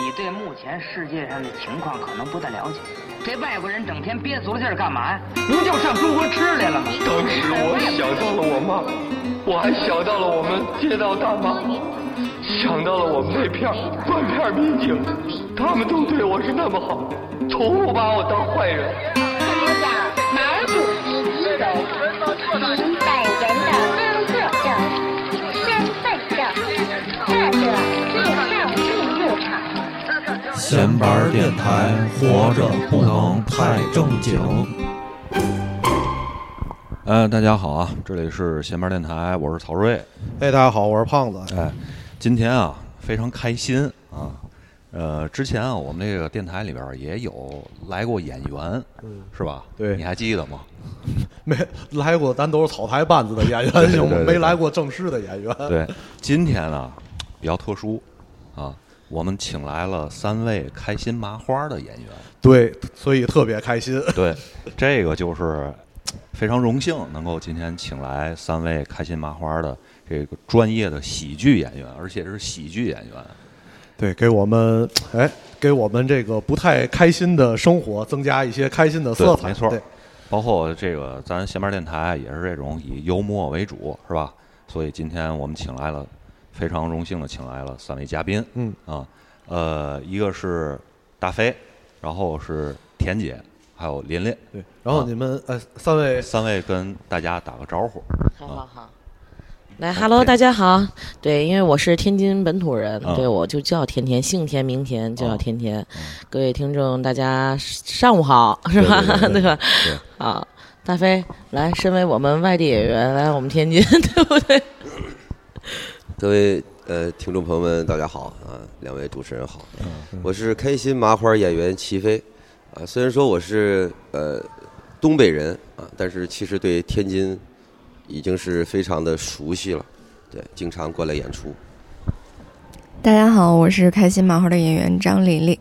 你对目前世界上的情况可能不太了解。这外国人整天憋足了劲儿干嘛呀？不就上中国吃来了吗？ 当时我想到了我妈，我还想到了我们街道大妈，想到了我们那片断片民警，他们都对我是那么好，从不把我当坏人。 他讲毛主席一楼，您本人的工作证、身份证，或者介绍进入场。 闲班电台，活着不能太正经。 大家好啊，这里是闲班电台，我是曹睿。 大家好，我是胖子。 今天啊非常开心啊。之前啊我们这个电台里边也有来过演员，是吧？ 对， 你还记得吗？ 没来过，咱都是草台班子的演员，行吗？没来过正式的演员。 对，今天呢比较特殊啊。我们请来了3位开心麻花的演员， 对，所以特别开心。 对，这个就是非常荣幸能够今天请来3位开心麻花的这个专业的喜剧演员，而且是喜剧演员。 对，给我们这个不太开心的生活增加一些开心的色彩。 没错，包括这个咱闲班电台也是这种以幽默为主，是吧？所以今天我们请来了。非常荣幸的请来了3位嘉宾，一个是大飞，然后是田姐，还有琳琳。 对，然后你们三位跟大家打个招呼。 好，来 ，Hello， 大家好。对，因为我是天津本土人，对，我就叫甜甜，姓田名田，就叫甜甜。各位听众，大家上午好，是吧？对吧？好，大飞，来，身为我们外地演员，来我们天津，对不对？ 各位听众朋友们，大家好啊！2位主持人好，我是开心麻花演员齐飞啊。虽然说我是东北人啊，但是其实对天津已经是非常的熟悉了，对，经常过来演出。 大家好，我是开心麻花的演员张琳琳。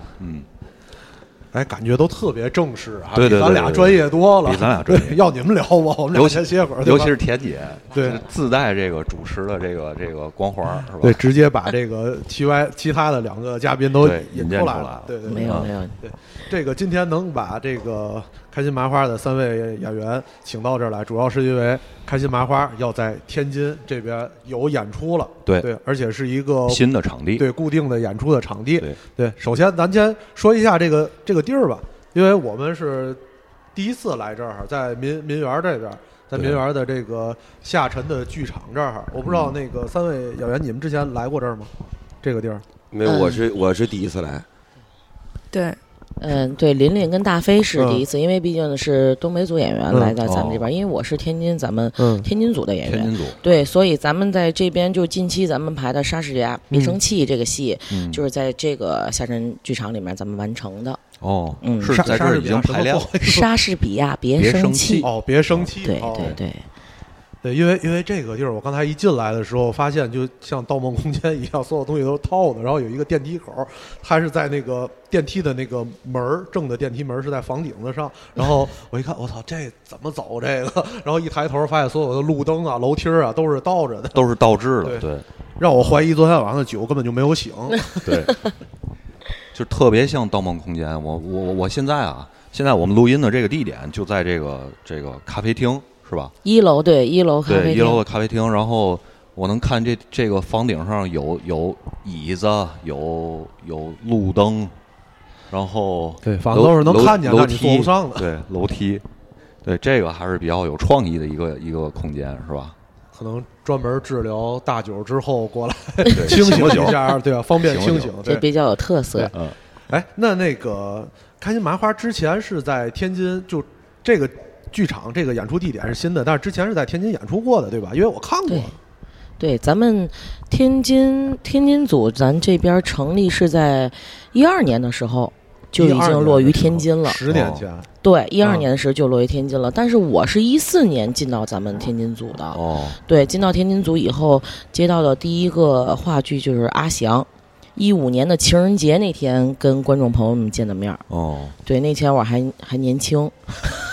感觉都特别正式啊， 对， 比咱俩专业多了。 比咱俩专业， 要你们聊吧，我们俩先歇会儿。 尤其是田姐， 对， 自带这个主持的这个光环，是吧？ 对，直接把这个其他的2个嘉宾都引出来了。对， 没有。 对，这个今天能把这个开心麻花的3位演员请到这儿来，主要是因为开心麻花要在天津这边有演出了。对，而且是一个新的场地， 对，固定的演出的场地。 对， 首先咱先说一下这个地儿吧，因为我们是第一次来这儿，在民园这边，在民园的这个下沉的剧场这儿。我不知道那个3位演员，你们之前来过这儿吗？这个地儿？ 没有，我是第一次来。 对。 对，琳琳跟大飞是第一次，因为毕竟是东北组演员来到咱们这边，因为我是天津咱们天津组的演员， 天津组，对， 所以咱们在这边就近期咱们排的《莎士比亚别生气》这个戏，就是在这个下沉剧场里面咱们完成的。 是在这儿已经排练了。 莎士比亚别生气， 别生气， 对， 因为这个地儿，我刚才一进来的时候发现，就像《盗梦空间》一样，所有东西都是套的。然后有一个电梯口，它是在那个电梯的那个门，正的电梯门是在房顶子上。然后我一看，我操，这怎么走这个？然后一抬头发现所有的路灯啊、楼梯啊都是倒着的， 都是倒置的。对， 让我怀疑昨天晚上的酒根本就没有醒。 对，就特别像《盗梦空间》。我现在我们录音的这个地点就在这个咖啡厅。是吧 ？1楼，对，1楼咖啡厅。 对，1楼的咖啡厅。然后我能看这个房顶上有椅子，有路灯，然后对，反正都是能看见， 楼梯坐不上的。 对，楼梯，对，这个还是比较有创意的一个空间，是吧？ 可能专门治疗大酒之后过来清醒一下，对吧？方便清醒， 这比较有特色。 那个开心麻花之前是在天津，就这个剧场这个演出地点是新的，但是之前是在天津演出过的，对吧？因为我看过。 对，咱们天津组，咱这边成立是在12年的时候就已经落于天津了。 10年前。 对，12年的时候就落于天津了。但是我是14年进到咱们天津组的。对，进到天津组以后，接到的第一个话剧就是阿翔。15年的情人节那天跟观众朋友们见的面。对，那天我还年轻。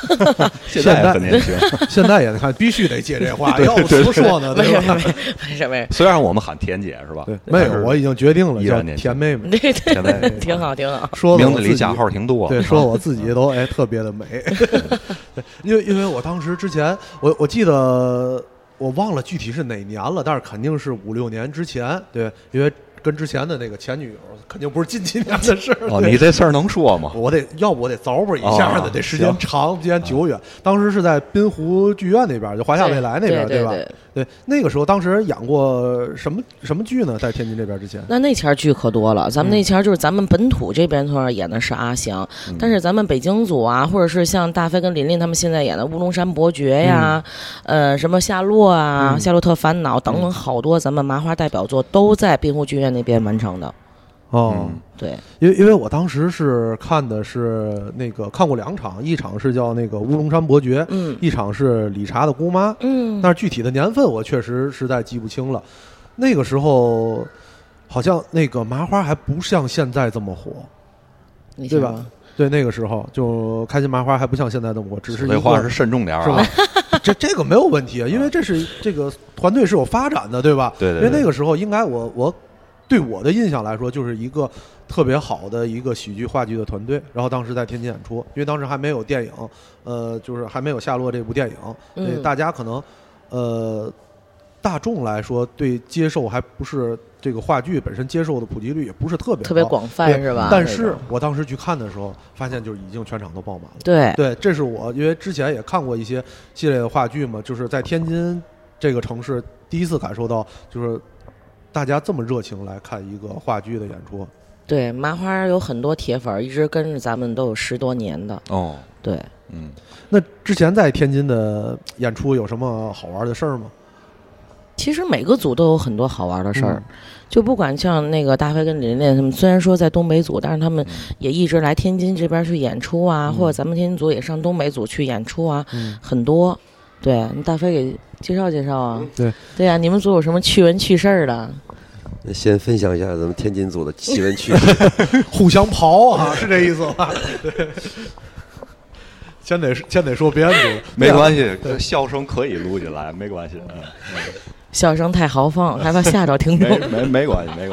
现在很年轻， 现在也看必须得接这话，要不怎么说呢？对吧？ 没事。 虽然我们喊田姐是吧？ 对，没有，我已经决定了，叫田妹妹。 对， 田妹妹挺好，挺好。 说名字里加号挺多。 对，说我自己都特别的美。因为我当时之前，我记得我忘了具体是哪年了，但是肯定是5、6年之前。对，因为跟之前的那个前女友肯定不是近几年的事儿。 你这事儿能说吗？ 我得凿吧一下的，得时间长，时间久远。当时是在滨湖剧院那边，就华夏未来那边，对吧？对，那个时候当时演过什么剧呢？在天津这边之前， 那前剧可多了。咱们那前就是咱们本土这边头演的是阿香，但是咱们北京组啊，或者是像大飞跟琳琳他们现在演的《乌龙山伯爵》呀，什么夏洛啊，夏洛特烦恼等等，好多咱们麻花代表作都在滨湖剧院那边完成的。 哦， 对， 因为我当时是看的是那个看过2场，一场是叫那个《乌龙山伯爵》，一场是理查的姑妈，但是具体的年份我确实实在记不清了。那个时候好像那个麻花还不像现在这么火，对吧？对，那个时候就开心麻花还不像现在这么火，只是这话是慎重点啊， 是吧？这个没有问题啊，因为这个团队是有发展的，对吧？ 对。 因为那个时候应该我对我的印象来说，就是一个特别好的一个喜剧话剧的团队。然后当时在天津演出，因为当时还没有电影，就是还没有夏洛这部电影，所以大家可能大众来说对接受还不是这个话剧本身接受的普及率也不是特别广泛，是吧？ 但是我当时去看的时候，发现就是已经全场都爆满了。对，这是我因为之前也看过一些系列的话剧嘛，就是在天津这个城市第一次感受到，就是大家这么热情来看一个话剧的演出。 对，麻花有很多铁粉，一直跟着咱们都有10多年的。 哦， 对， 那之前在天津的演出有什么好玩的事儿吗？ 其实每个组都有很多好玩的事儿，就不管像那个大飞跟琳琳他们，虽然说在东北组，但是他们也一直来天津这边去演出啊，或者咱们天津组也上东北组去演出啊，很多。对，你大飞给介绍介绍啊。对啊，你们组有什么趣闻趣事儿的？ 先分享一下咱们天津组的奇闻趣事。 互相刨啊，是这意思吧？对。先得说别人组， 没关系，笑声可以录进来，没关系。 笑声太豪放，害怕吓着听众。 没关系。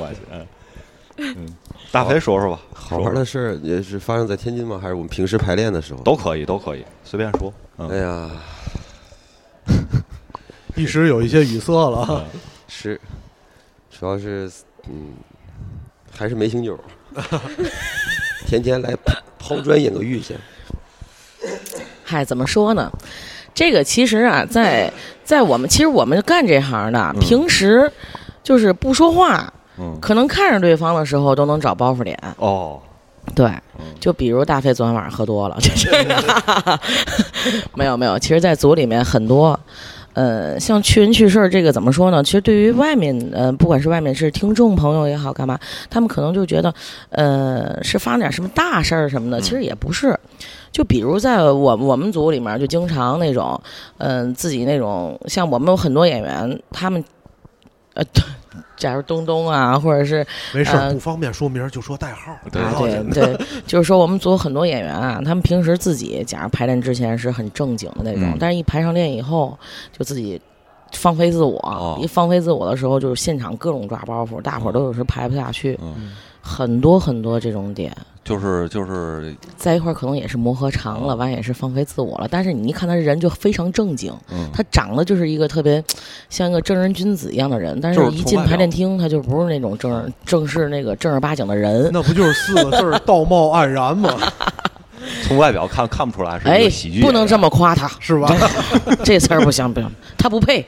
大飞说说吧， 好玩的事儿也是发生在天津吗？还是我们平时排练的时候？ 都可以，随便说。 哎呀， 一时有一些语塞了。 是，主要是还是没醒酒，天天来抛砖引个玉去。 嗨，怎么说呢？这个其实啊，在我们干这行的，平时就是不说话，可能看着对方的时候都能找包袱点。 哦， 对，就比如大飞昨天晚上喝多了，没有，其实，在组里面很多。像趣闻趣事这个怎么说呢？其实对于外面，不管是外面是听众朋友也好，干嘛，他们可能就觉得，是发生点什么大事儿什么的，其实也不是。就比如在我们组里面，就经常那种，自己那种，像我们有很多演员，他们，假如东东啊，或者是没事，不方便说名就说代号。 对，就是说我们组很多演员啊，他们平时自己假如排练之前是很正经的那种，但是一排上练以后，就自己放飞自我。一放飞自我的时候，就是现场各种抓包袱，大伙儿都有时排不下去。很多这种点， 就是在一块儿可能也是磨合长了，完也是放飞自我了。但是你一看他人就非常正经，他长得就是一个特别像一个正人君子一样的人，但是一进排练厅他就不是那种正式那个正儿八经的人。 那不就是4个字道貌岸然吗？ 从外表看不出来是一个喜剧， 不能这么夸他， 是吧？ 这词儿不行，他不配。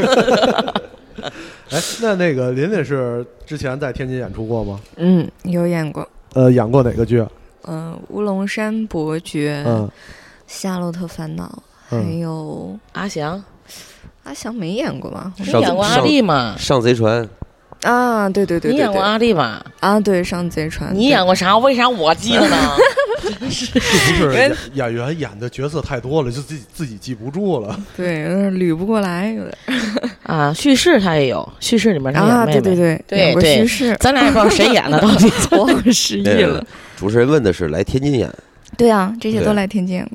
那个琳琳是之前在天津演出过吗？ 有演过。 演过哪个剧？ 乌龙山伯爵，夏洛特烦恼，还有阿翔没演过吧？ 你演过阿丽吗？ 上贼船。 啊，对， 你演过阿丽吧？ 啊，对，上贼船。 你演过啥？为啥我记得呢？ 是不是演员演的角色太多了，就自己记不住了？ 对，捋不过来，有点。 啊，叙事他也有，叙事里面他演妹妹。对， 叙事， 咱俩也不知道谁演的，到底我失忆了。 主持人问的是来天津演。 对啊，这些都来天津演过。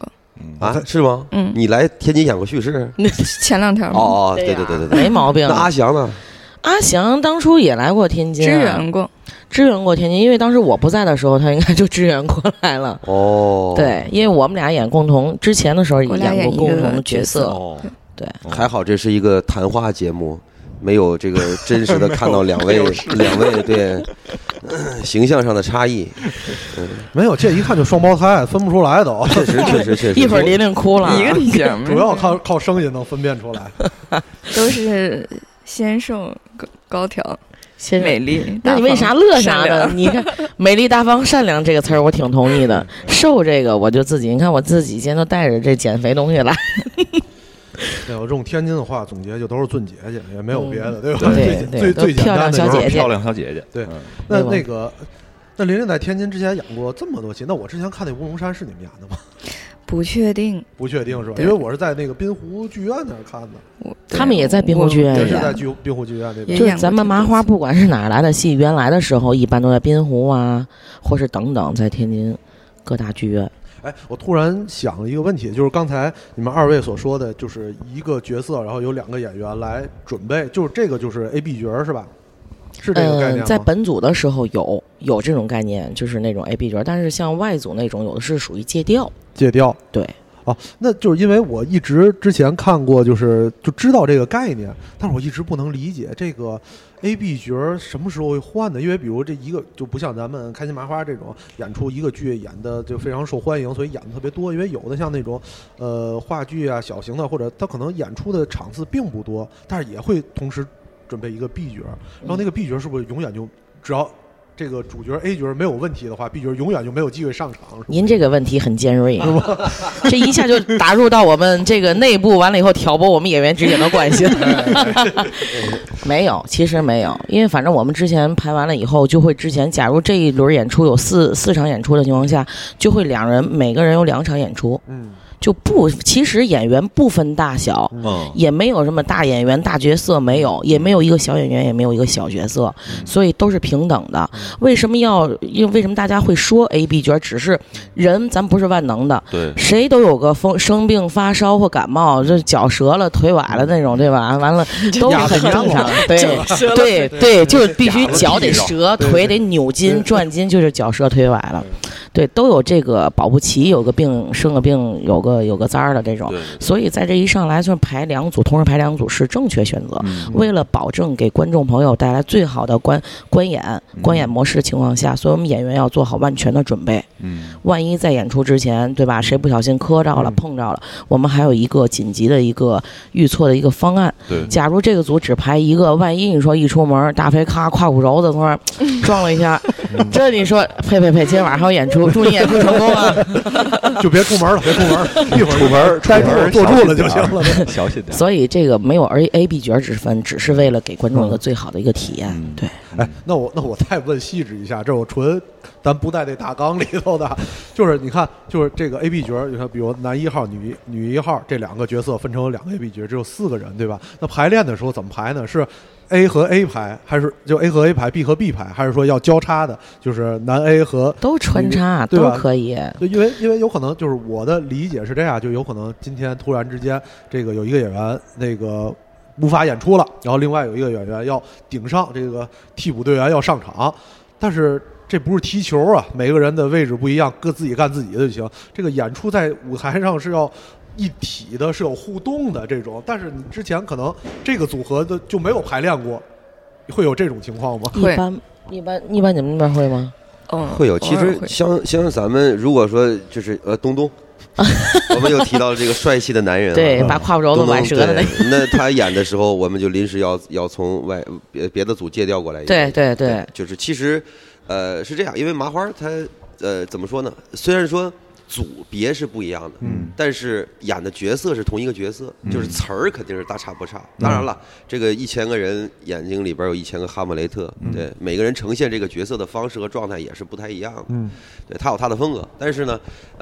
啊，是吗？你来天津演过叙事？ 前2天。 哦，对， 没毛病。 那阿翔呢？ 阿翔当初也来过天津，支援过天津，因为当时我不在的时候，他应该就支援过来了。 哦， 对，因为我们俩演共同，之前的时候也演过共同的角色。 哦， 对， 还好这是一个谈话节目，没有这个真实的看到两位对形象上的差异。 没有，这一看就双胞胎，分不出来都。 确实， 一会儿琳琳哭了， 一个体型， 主要靠声音能分辨出来。 都是纤瘦高挑。美丽， 那你为啥乐啥的？你看“美丽大方善良”这个词儿，我挺同意的。瘦这个，我就自己，你看我自己今天都带着这减肥东西来。 对，我用天津的话总结，就都是尊姐姐，也没有别的，对吧？ 对， 最漂亮小姐姐， 漂亮小姐姐。 对，那琳琳在天津之前演过这么多戏，那我之前看那《乌龙山》是你们演的吗？ 不确定是吧？因为我是在那个滨湖剧院那儿看的。 他们也在滨湖剧院， 也是在滨湖剧院那边。 就是咱们麻花不管是哪儿来的戏，原来的时候一般都在滨湖啊，或是等等，在天津各大剧院。 哎，我突然想了一个问题，就是刚才你们2位所说的，就是一个角色，然后有2个演员来准备，就是这个就是 A、B 角是吧？是这个概念吗？ 在本组的时候有这种概念，就是那种 A、B 角，但是像外组那种，有的是属于借调。对。 哦，那就是因为我一直之前看过，就知道这个概念，但是我一直不能理解这个 A、B 角什么时候会换的。因为比如这一个就不像咱们开心麻花这种演出一个剧演的就非常受欢迎，所以演的特别多。因为有的像那种话剧啊小型的，或者他可能演出的场次并不多，但是也会同时准备一个 B 角，然后那个 B 角是不是永远就只要这个主角 A 角没有问题的话 ，B 角永远就没有机会上场。 您这个问题很尖锐，这一下就打入到我们这个内部，完了以后挑拨我们演员之间的关系。没有，其实没有，因为反正我们之前排完了以后，就会之前假如这一轮演出有四场演出的情况下，就会每个人有2场演出。其实演员不分大小，也没有什么大演员大角色，没有，也没有一个小演员，也没有一个小角色，所以都是平等的。为什么大家会说 A、B 角？只是人，咱不是万能的， 对， 谁都有个生病、发烧或感冒，就脚折了、腿崴了那种，对吧？完了都很正常，对，就是必须脚得折，腿得扭筋、转筋，就是脚折、腿崴了。对，都有这个保不齐有个病，生个病，有个灾儿的这种，所以在这一上来就排2组，同时排2组是正确选择。为了保证给观众朋友带来最好的观演模式的情况下，所以我们演员要做好万全的准备。万一在演出之前，对吧？谁不小心磕着了、碰着了，我们还有一个紧急的一个预测的一个方案。假如这个组只排一个，万一你说一出门大飞胯胯骨轴子从那儿撞了一下，这你说呸，今天晚上还有演出。祝你演出成功啊！ 就别出门了，一会儿出门待住坐住了就行了， 小心点。 所以这个没有 A、B 角之分，只是为了给观众一个最好的一个体验。对， 哎，那我再问细致一下，这我纯咱不在这大纲里头的，就是你看，就是这个 A、B 角，你看，比如男1号、女1号这2个角色分成2个 A、B 角，只有4个人，对吧？那排练的时候怎么排呢？是A 和 A 排，还是就 A 和 A 排 ，B 和 B 排，还是说要交叉的？就是男 A 和都穿插， 对吧？ 都可以。 因为有可能就是我的理解是这样，就有可能今天突然之间，这个有一个演员那个无法演出了，然后另外有一个演员要顶上，这个替补队员要上场，但是这不是踢球啊，每个人的位置不一样，自己干自己的就行。这个演出在舞台上是要一体的，是有互动的这种，但是你之前可能这个组合的就没有排练过，会有这种情况吗？ 一般你们那边会吗？ 会有。其实像咱们如果说就是东我们又提到了这个帅气的男人， 对，把胯骨轴子崴折的那他演的时候，我们就临时要从别的组借调过来。 对， 就是其实是这样，因为麻花他怎么说呢？虽然说组别是不一样的，但是演的角色是同一个角色，就是词儿肯定是大差不差。当然了，这个1000个人眼睛里边有1000个哈姆雷特，对，每个人呈现这个角色的方式和状态也是不太一样的，对，他有他的风格，但是呢，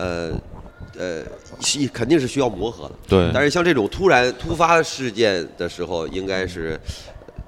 肯定是需要磨合的， 对。 但是像这种突发事件的时候，应该是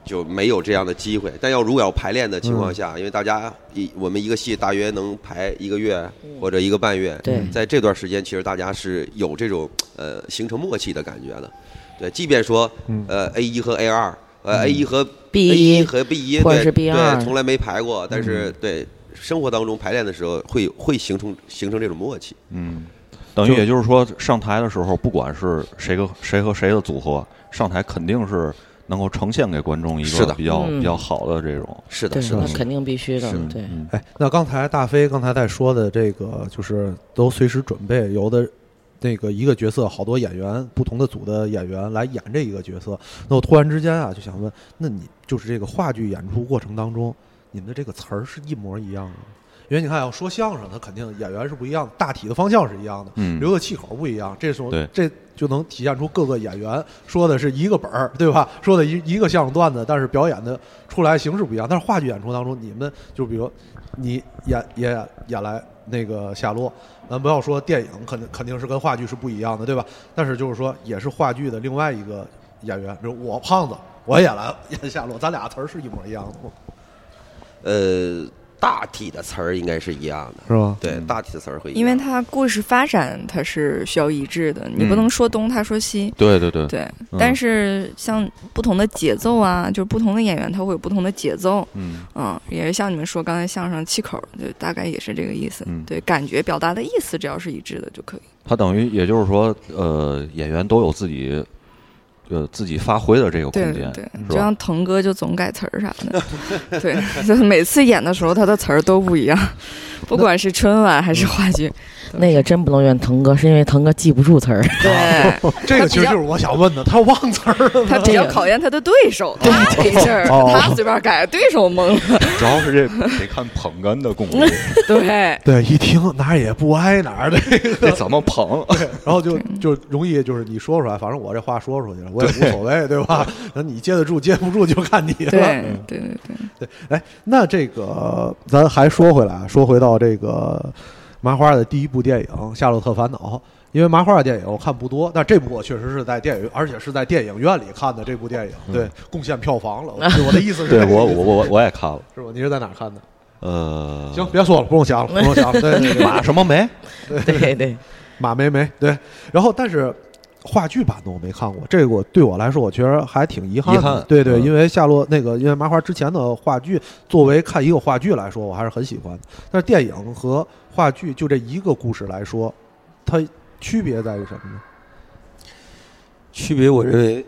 就没有这样的机会。但如果要排练的情况下，因为大家我们一个戏大约能排1个月或者1个半月， 对， 在这段时间其实大家是有这种形成默契的感觉的。对，即便说A1和A2，A1和 B1 和 B1， 或者是 B2， 对，从来没排过，但是对生活当中排练的时候会形成这种默契。 等于也就是说，上台的时候，不管是谁和谁的组合，上台肯定是能够呈现给观众一个比较好的这种。 是的， 那肯定必须的。对。 那刚才大飞在说的这个，就是都随时准备，有的那个一个角色好多演员，不同的组的演员来演这一个角色。那我突然之间就想问，那你就是这个话剧演出过程当中，你们的这个词儿是一模一样的吗？因为你看，要说相声，它肯定演员是不一样的，大体的方向是一样的，留的气口不一样。这时候这就能体现出各个演员说的是一个本儿，对吧？说的一个相声段子，但是表演的出来形式不一样。但是话剧演出当中，你们就比如你演来那个夏洛，咱不要说电影肯定是跟话剧是不一样的，对吧？但是就是说，也是话剧的另外一个演员，比如我胖子，我也来演夏洛，咱俩词儿是一模一样的吗？ 大体的词儿应该是一样的， 是吧？ 对，大体的词儿会一样， 因为它故事发展它是需要一致的，你不能说东他说西。 对。 但是像不同的节奏啊，就是不同的演员他会有不同的节奏。也是像你们说刚才相声气口，就大概也是这个意思。对，感觉表达的意思只要是一致的就可以。 它等于也就是说，演员都有自己发挥的这个空间， 对，就像腾哥就总改词儿啥的，对，就每次演的时候他的词儿都不一样，不管是春晚还是话剧。 那个真不能怨腾哥，是因为腾哥记不住词儿。 对， 这个其实就是我想问的，他忘词儿了。 他比较考验他的对手，他没事儿，他随便改，对手懵了。 主要是这得看捧哏的功力。 对，一听哪儿也不挨哪儿的， 这怎么捧？ 然后就容易就是你说出来，反正我这话说出去了，我也无所谓，对吧？那你接得住接不住就看你了。 对。 哎，那这个咱还说回到这个麻花的第一部电影《夏洛特烦恼》，因为麻花的电影我看不多，但这部我确实是在电影，而且是在电影院里看的这部电影，对，贡献票房了。我的意思是， 对我也看了， 是吧？你是在哪儿看的？行，别说了，不用想了。对， 马什么梅？ 对， 马梅对。然后，但是话剧版的我没看过，这个对我来说，我觉得还挺遗憾的。对，因为夏洛因为麻花之前的话剧，作为看一个话剧来说，我还是很喜欢的。但是电影和话剧就这一个故事来说，它区别在于什么呢？ 区别我认为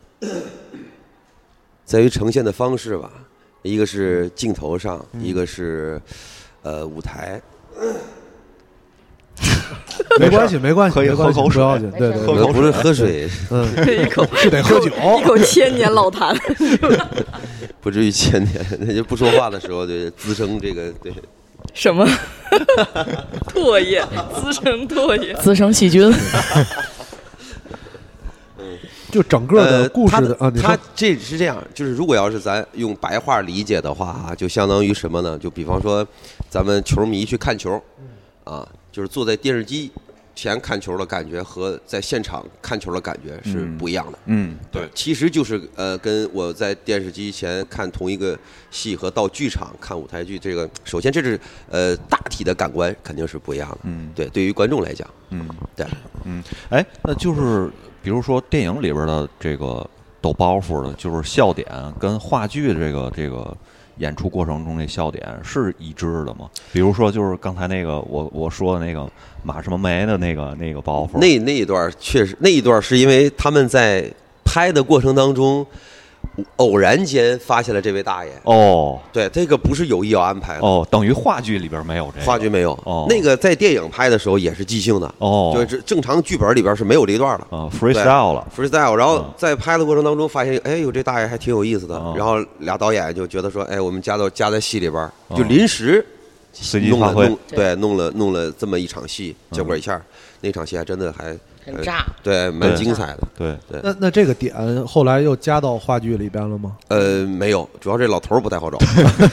在于呈现的方式吧，一个是镜头上，一个是舞台。 没关系， 可以喝口水， 不要紧。对， 不是喝水， 一口是得喝酒， 一口千年老痰。 不至于千年，那就不说话的时候就滋生这个对什么唾液，滋生唾液， 滋生细菌。 就整个的故事的他这是这样，就是如果要是咱用白话理解的话就相当于什么呢？就比方说咱们球迷去看球就是坐在电视机前看球的感觉和在现场看球的感觉是不一样的。 对， 其实就是跟我在电视机前看同一个戏和到剧场看舞台剧，这个首先这是大体的感官肯定是不一样的。对，对于观众来讲，对， 哎，那就是比如说电影里边的这个抖包袱的，就是笑点跟话剧的这个演出过程中那笑点是一致的吗？比如说就是刚才那个我说的那个马什么梅的那个包袱， 那一段确实，那一段是因为他们在拍的过程当中偶然间发现了这位大爷。对，这个不是有意要安排的。 等于话剧里边没有这个。 话剧没有。那个在电影拍的时候也是即兴的。就是正常剧本里边是没有这一段的。 freestyle 了。 freestyle， 然后在拍的过程当中发现，哎呦，这大爷还挺有意思的。然后俩导演就觉得说，哎，我们加在戏里边，就临时随机发挥。 弄了这么一场戏，结果一下那场戏还真的还很炸， 对，蛮精彩的。 对。 那这个点后来又加到话剧里边了吗？ 没有，主要这老头儿不太好找。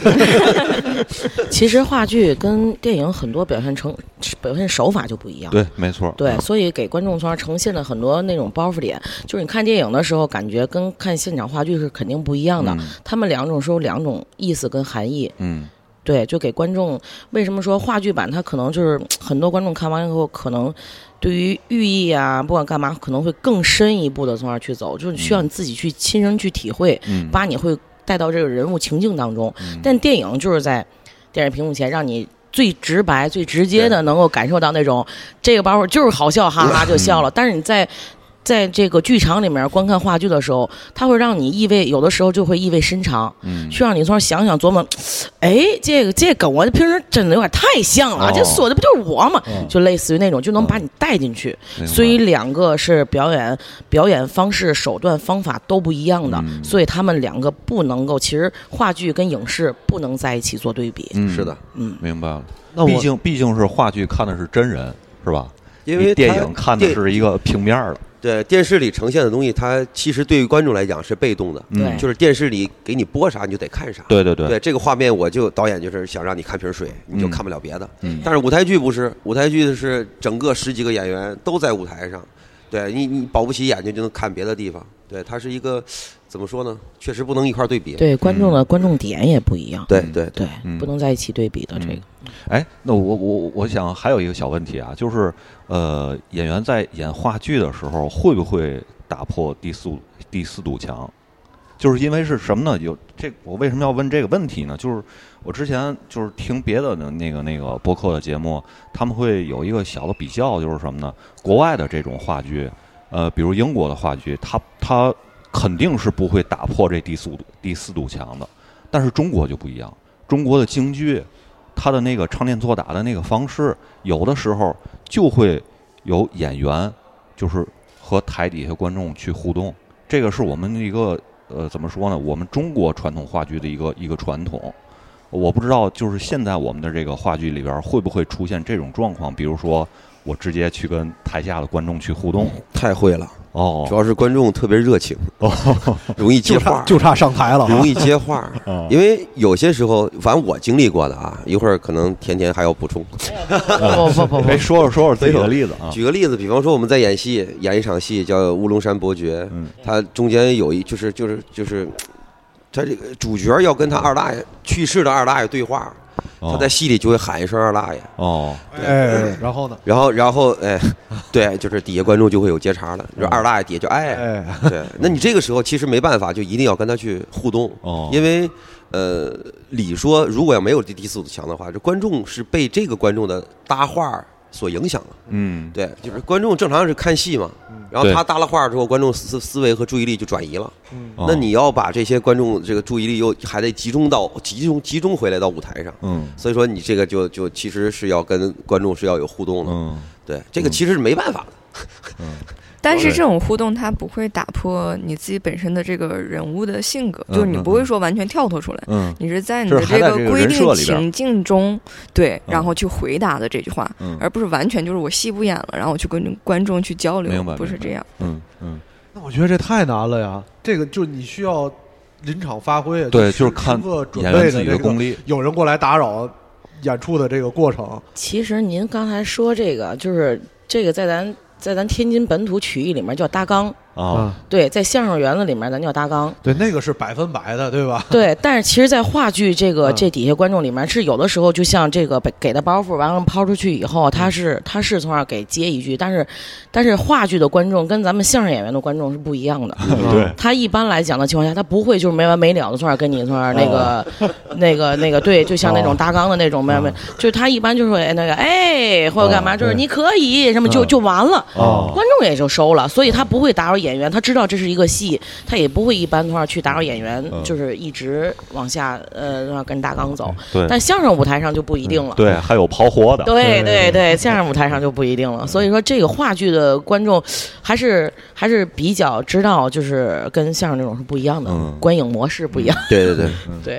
其实话剧跟电影很多表现手法就不一样。 对，没错。 对，所以给观众从而呈现的很多那种包袱点，就是你看电影的时候，感觉跟看现场话剧是肯定不一样的。他们两种是有两种意思跟含义。对，就给观众，为什么说话剧版它可能就是很多观众看完以后，可能对于寓意啊，不管干嘛，可能会更深一步的从而去走，就是需要你自己去亲身去体会，把你会带到这个人物情境当中。但电影就是在电视屏幕前让你最直白、最直接的能够感受到那种这个包袱就是好笑，哈哈就笑了。但是你在这个剧场里面观看话剧的时候，它会让你有的时候就会意味深长，去让你从想想琢磨，这跟我平时真的有点太像了，这说的不就是我吗？就类似于那种，就能把你带进去。所以两个是表演方式、手段、方法都不一样的，所以他们两个不能够，其实话剧跟影视不能在一起做对比。 是的， 明白了。那毕竟是话剧看的是真人，是吧？ 因为电影看的是一个平面的。 对，电视里呈现的东西，它其实对于观众来讲是被动的，就是电视里给你播啥你就得看啥。 对， 这个画面导演就是想让你看瓶水，你就看不了别的。但是舞台剧不是，舞台剧是整个10几个演员都在舞台上，对你保不齐眼睛就能看别的地方。对，它是一个怎么说呢？确实不能一块对比。 对，观众的观众点也不一样。 对， 不能在一起对比的这个。 那我想还有一个小问题啊，就是演员在演话剧的时候会不会打破第四堵墙？就是因为是什么呢？我为什么要问这个问题呢？就是我之前就是听别的那个播客的节目，他们会有一个小的比较，就是什么呢？国外的这种话剧，比如英国的话剧，它肯定是不会打破这第四堵墙的，但是中国就不一样，中国的京剧。他的那个唱念做打的那个方式，有的时候就会有演员就是和台底下观众去互动，这个是我们一个怎么说呢？我们中国传统话剧的一个传统。我不知道，就是现在我们的这个话剧里边会不会出现这种状况？比如说，我直接去跟台下的观众去互动， 太会了。主要是观众特别热情，容易接话， 就差上台了， 容易接话。因为有些时候，反正我经历过的啊，一会儿可能甜甜还要补充。 没说自己的例子啊。 举个例子，比方说我们在演一场戏叫《乌龙山伯爵》，它中间有就是他这个主角要跟他二大爷去世的二大爷对话。他在戏里就会喊一声二大爷然后呢？ 然后对，就是底下观众就会有接茬了，就二大爷底下就对，那你这个时候其实没办法，就一定要跟他去互动，因为理说如果要没有第四堵墙的话，这观众是被这个观众的搭话所影响的，对，就是观众正常是看戏嘛，然后他搭了话之后，观众思维和注意力就转移了，那你要把这些观众这个注意力又还得集中回来到舞台上，所以说你这个就其实是要跟观众是要有互动的，对，这个其实是没办法的， 但是这种互动它不会打破你自己本身的这个人物的性格，就是你不会说完全跳脱出来，你是在你的这个规定情境中，对，然后去回答的这句话，而不是完全就是我戏不演了，然后我去跟观众去交流，不是这样。 那我觉得这太难了呀，这个就你需要临场发挥， 对，就是看演员自己的功力， 有人过来打扰演出的这个过程。 其实您刚才说这个，就是这个在咱天津本土曲艺里面叫搭纲对，在相声园子里面咱叫搭纲， 对，那个是100%的，对吧？ 对，但是其实，在话剧这底下观众里面是有的时候，就像这个给的包袱完了抛出去以后，他是从那儿给接一句，但是话剧的观众跟咱们相声演员的观众是不一样的， 对， 他一般来讲的情况下，他不会就是没完没了的从那儿跟你从那儿那个对，就像那种搭纲的那种没，就是他一般就说或者干嘛，就是你可以什么就完了，观众也就收了，所以他不会打扰演员，他知道这是一个戏，他也不会一般的话去打扰演员，就是一直往下跟大纲走。 对， 但相声舞台上就不一定了。 对，还有抛活的。 对，相声舞台上就不一定了。所以说，这个话剧的观众还是比较知道，就是跟相声那种是不一样的，观影模式不一样。 对。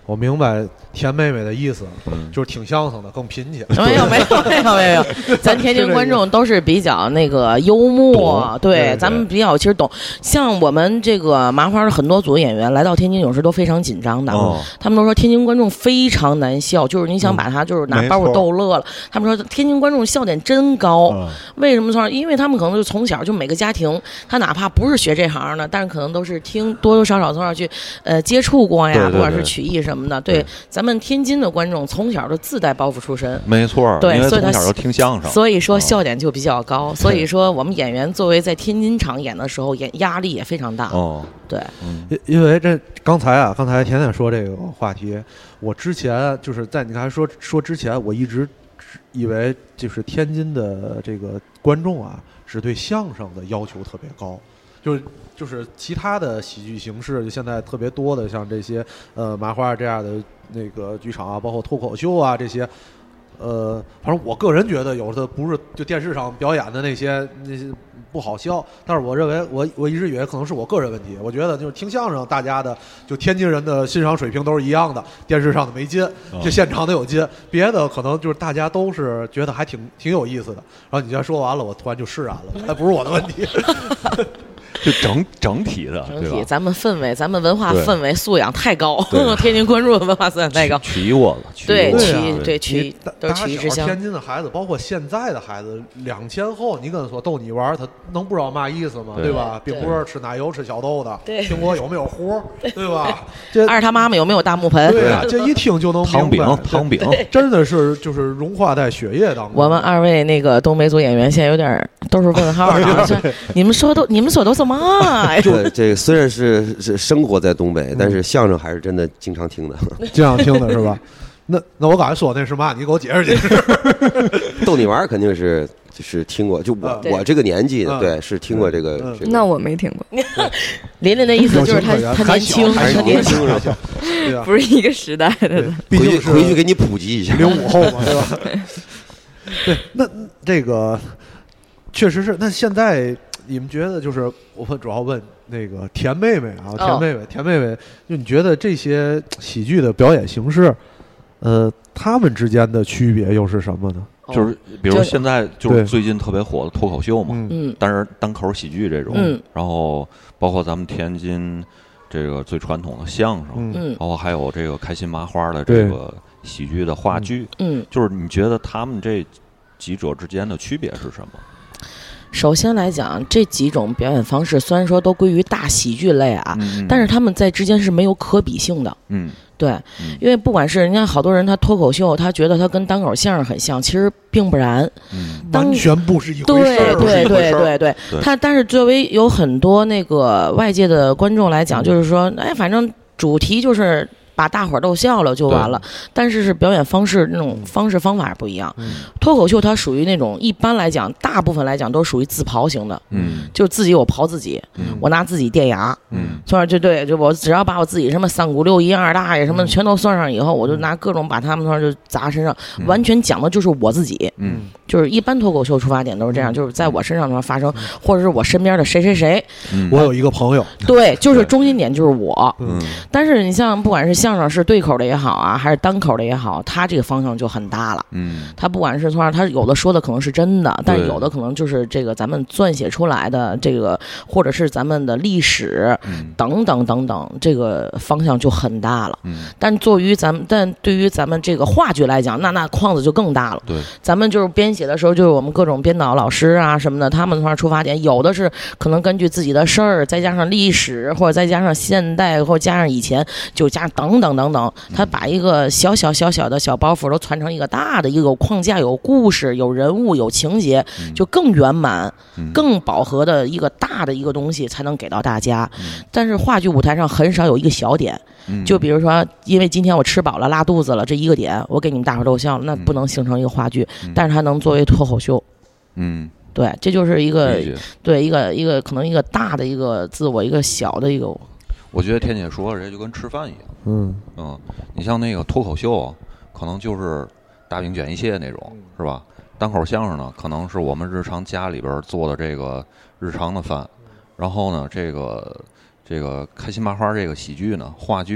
我明白田妹妹的意思，就是挺相声的，更贫气。 没有，咱天津观众都是比较那个幽默，对，咱们比较其实懂。像我们这个麻花的很多组演员来到天津，有时都非常紧张的，他们都说天津观众非常难笑，就是你想把他就是拿把我逗乐了，他们说天津观众笑点真高。为什么说？因为他们可能就从小就每个家庭，他哪怕不是学这行的，但是可能都是听多多少少从小去接触过呀，不管是曲艺什么的。对，咱们天津的观众从小就自带包袱出身， 没错， 对， 因为从小就听相声， 所以说笑点就比较高。所以说我们演员作为在天津场演的时候，压力也非常大。对， 因为这刚才甜甜说这个话题，我之前就是在你刚才说之前，我一直以为就是天津的这个观众啊，是对相声的要求特别高，就是其他的喜剧形式，就现在特别多的，像这些麻花这样的那个剧场啊，包括脱口秀啊这些，反正我个人觉得有的不是就电视上表演的那些不好笑，但是我认为我一直以为可能是我个人问题，我觉得就是听相声大家的就天津人的欣赏水平都是一样的，电视上的没劲，就现场的有劲，别的可能就是大家都是觉得还挺有意思的。然后你这说完了，我突然就释然了，还不是我的问题。 就整体的， 整体咱们氛围，咱们文化氛围素养太高，天津观众的文化素养太高。 曲艺窝子， 对曲艺都是曲艺之乡。 天津的孩子，包括现在的孩子，2000后，你跟他说逗你玩，他能不知道嘛意思吗？对吧？冰棍吃奶油吃小豆的，苹果有没有核，对吧？ 二他妈妈有没有大木盆？ 对啊，这一听就能明白。汤饼， 真的是就是融化在血液当中。 我们二位那个东北组演员现在有点都是问号啊！你们说都什么？ 这虽然是生活在东北，但是相声还是真的经常听的， 经常听的是吧？那我刚才说那是嘛？你给我解释解释。 逗你玩肯定是就是听过，就我这个年纪的，对，是听过这个。 那我没听过。 琳琳的意思就是他年轻， 还是年轻， 不是一个时代的。 回去给你普及一下 ，05后嘛，对吧？对，那这个确实是。那现在你们觉得，就是我主要问那个田妹妹啊，田妹妹，就你觉得这些喜剧的表演形式，他们之间的区别又是什么呢？ 就是比如现在就是最近特别火的脱口秀嘛，但是单口喜剧这种，然后包括咱们天津这个最传统的相声，包括还有这个开心麻花的这个喜剧的话剧，就是你觉得他们这几者之间的区别是什么？ 首先来讲，这几种表演方式虽然说都归于大喜剧类啊，但是他们在之间是没有可比性的。对，因为不管是人家好多人他脱口秀，他觉得他跟单口相声很像，其实并不然， 完全不是一回事儿。对，他但是作为有很多那个外界的观众来讲，就是说，哎，反正主题就是把大伙儿逗笑了就完了，但是表演方式那种方式方法不一样。脱口秀它属于那种一般来讲，大部分来讲都属于自刨型的，就自己我刨自己，我拿自己垫牙，就我只要把我自己什么3姑6姨2大爷什么全都算上以后，我就拿各种把他们就砸身上，完全讲的就是我自己，就是一般脱口秀出发点都是这样，就是在我身上发生，或者是我身边的谁谁谁， 我有一个朋友， 对，就是中心点就是我，但是你像不管是相声是对口的也好啊，还是单口的也好，他这个方向就很大了。他不管是从他有的说的可能是真的，但是有的可能就是这个咱们撰写出来的这个，或者是咱们的历史等等等等，这个方向就很大了。但对于咱们这个话剧来讲，那框子就更大了。 对， 咱们就是编写的时候，就是我们各种编导老师啊什么的，他们的话出发点，有的是可能根据自己的事儿，再加上历史，或者再加上现代，或者加上以前，就加等等等等，他把一个小小的小包袱都传成一个大的一个有框架、有故事、有人物、有情节，就更圆满、更饱和的一个大的一个东西才能给到大家。但是话剧舞台上很少有一个小点，就比如说，因为今天我吃饱了拉肚子了，这一个点我给你们大伙逗笑了，那不能形成一个话剧，但是它能作为脱口秀。对，这就是一个对一个可能一个大的一个自我，一个小的一个。 我觉得天姐说这就跟吃饭一样，你像那个脱口秀，可能就是大饼卷一切那种，是吧？单口相声呢，可能是我们日常家里边做的这个日常的饭，然后呢，这个开心麻花这个喜剧呢，话剧呢，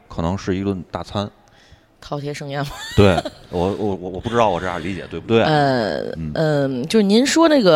可能是一顿大餐。 饕餮盛宴吗？ 对，我不知道我这样理解对不对？ 就是您说的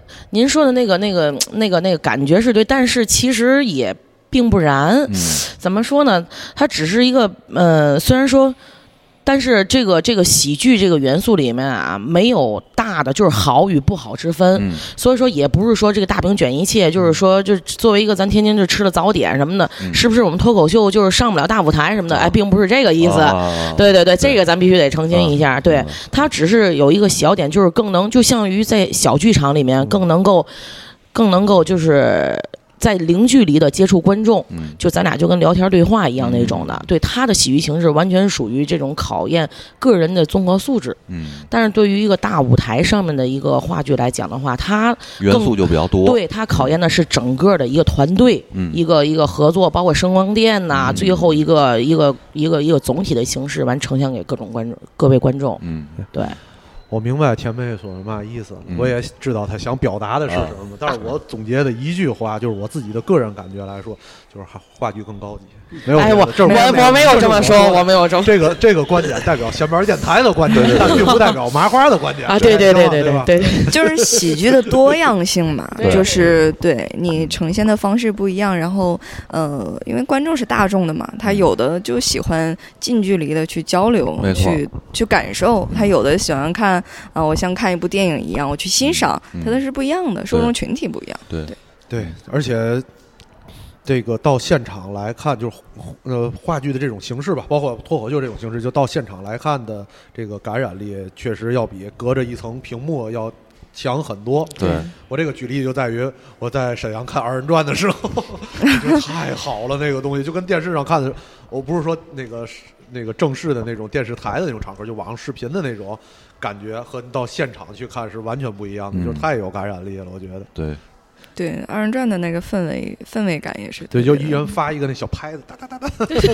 那个感觉是对，但是其实也并不然。怎么说呢？它只是一个虽然说。但是这个喜剧这个元素里面啊，没有大的就是好与不好之分，所以说也不是说这个大饼卷一切，就是说就作为一个咱天津就吃了早点什么的，是不是我们脱口秀就是上不了大舞台什么的？哎，并不是这个意思。对，这个咱必须得澄清一下。对，它只是有一个小点，就是更能就像于在小剧场里面更能够就是在零距离的接触观众，就咱俩就跟聊天对话一样那种的。对，他的喜剧形式完全属于这种考验个人的综合素质。但是对于一个大舞台上面的一个话剧来讲的话，它元素就比较多。 对，它考验的是整个的一个团队，一个合作，包括声光电呐，最后一个总体的形式完呈现给各位观众。对。 我明白田妹说的嘛意思，我也知道他想表达的是什么，但是我总结的一句话就是我自己的个人感觉来说，就是话剧更高级。没有， 我没有这么说，我没有这么这个观点代表闲班电台的观点，但并不代表麻花的观点啊。对， 就是喜剧的多样性嘛，就是对你呈现的方式不一样，然后因为观众是大众的嘛，他有的就喜欢近距离的去交流，去感受，他有的喜欢看我像看一部电影一样，我去欣赏，它的是不一样的，受众群体不一样。 对，而且。这个到现场来看，就是话剧的这种形式吧，包括脱口秀这种形式，就到现场来看的这个感染力，确实要比隔着一层屏幕要强很多。 对， 我这个举例就在于我在沈阳看二人转的时候，我觉得太好了，那个东西就跟电视上看的，我不是说那个正式的那种电视台的那种场合，就网上视频的那种感觉，和你到现场去看是完全不一样的，就是太有感染力了，我觉得。 对，二人转的那个氛围感也是。 对，就一人发一个那小拍子，哒哒哒哒。对。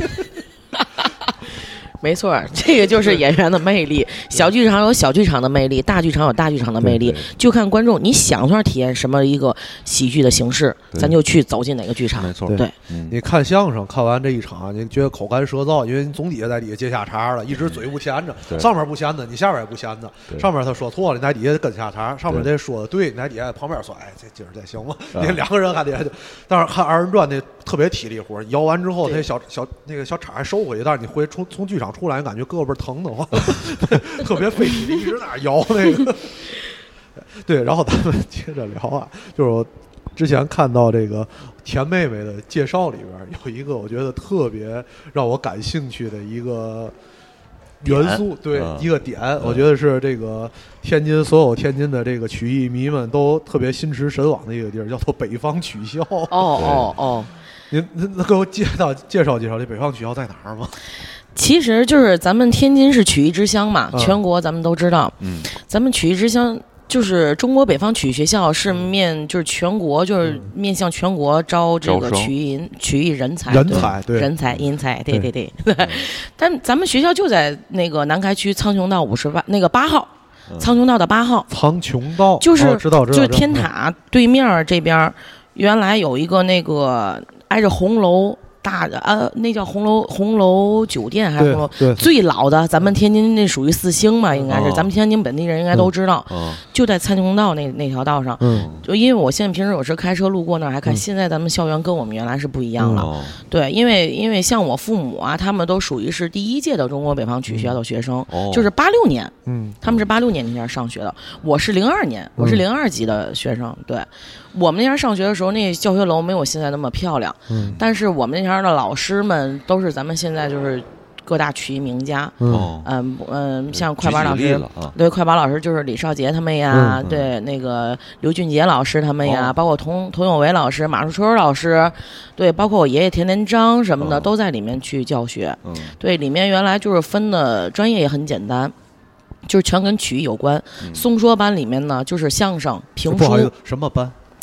没错，这个就是演员的魅力。小剧场有小剧场的魅力，大剧场有大剧场的魅力，就看观众你想说体验什么一个喜剧的形式，咱就去走进哪个剧场。 没错， 对。你看相声看完这一场，你觉得口干舌燥，因为你总底下在底下接下茬了，一直嘴不闲着，上面不闲着，你下边也不闲着。上面他说错了，你在底下跟下茬；上面这说的对，你在底下旁边说，哎，这今儿再行吗？你两个人还得，但是看二人转那特别体力活，摇完之后，那小那个小茬还收回去，但是你回从剧场出来，你感觉胳膊疼的慌，特别费体力，一直在那摇那个。对，然后咱们接着聊啊，就是我之前看到这个田妹妹的介绍里边有一个我觉得特别让我感兴趣的一个元素，对，一个点，我觉得是这个所有天津的这个曲艺迷们都特别心驰神往的一个地儿，叫做北方曲校。您给我介绍这北方曲校在哪儿吗？ 其实就是咱们天津是曲艺之乡嘛，全国咱们都知道。咱们曲艺之乡就是中国北方曲艺学校是就是全国就是面向全国招这个曲艺人才，人才因才，对。但咱们学校就在那个南开区苍穹道58那个8号，苍穹道的8号。苍穹道就是就是天塔对面这边，原来有一个那个挨着红楼。大的那叫红楼酒店还是说最老的？咱们天津那属于4星嘛，应该是咱们天津本地人应该都知道，就在苍穹道那条道上。就因为我现在平时有时开车路过那儿还看，现在咱们校园跟我们原来是不一样了。对，因为像我父母啊，他们都属于是第1届的中国北方曲艺学校的学生，就是86年，他们是86年那前上学的，我是02年，我是02级的学生。对，我们那前上学的时候，那教学楼没有现在那么漂亮，但是我们那前的老师们都是咱们现在就是各大曲艺名家，像快板老师，对，快板老师就是李少杰他们呀，对，那个刘俊杰老师他们呀，包括佟有为老师、马树春老师，对，包括我爷爷田连章什么的，都在里面去教学。对，里面原来就是分的专业也很简单。就是全跟曲艺有关。松说班里面呢，就是相声、评书。 不好意思，什么班？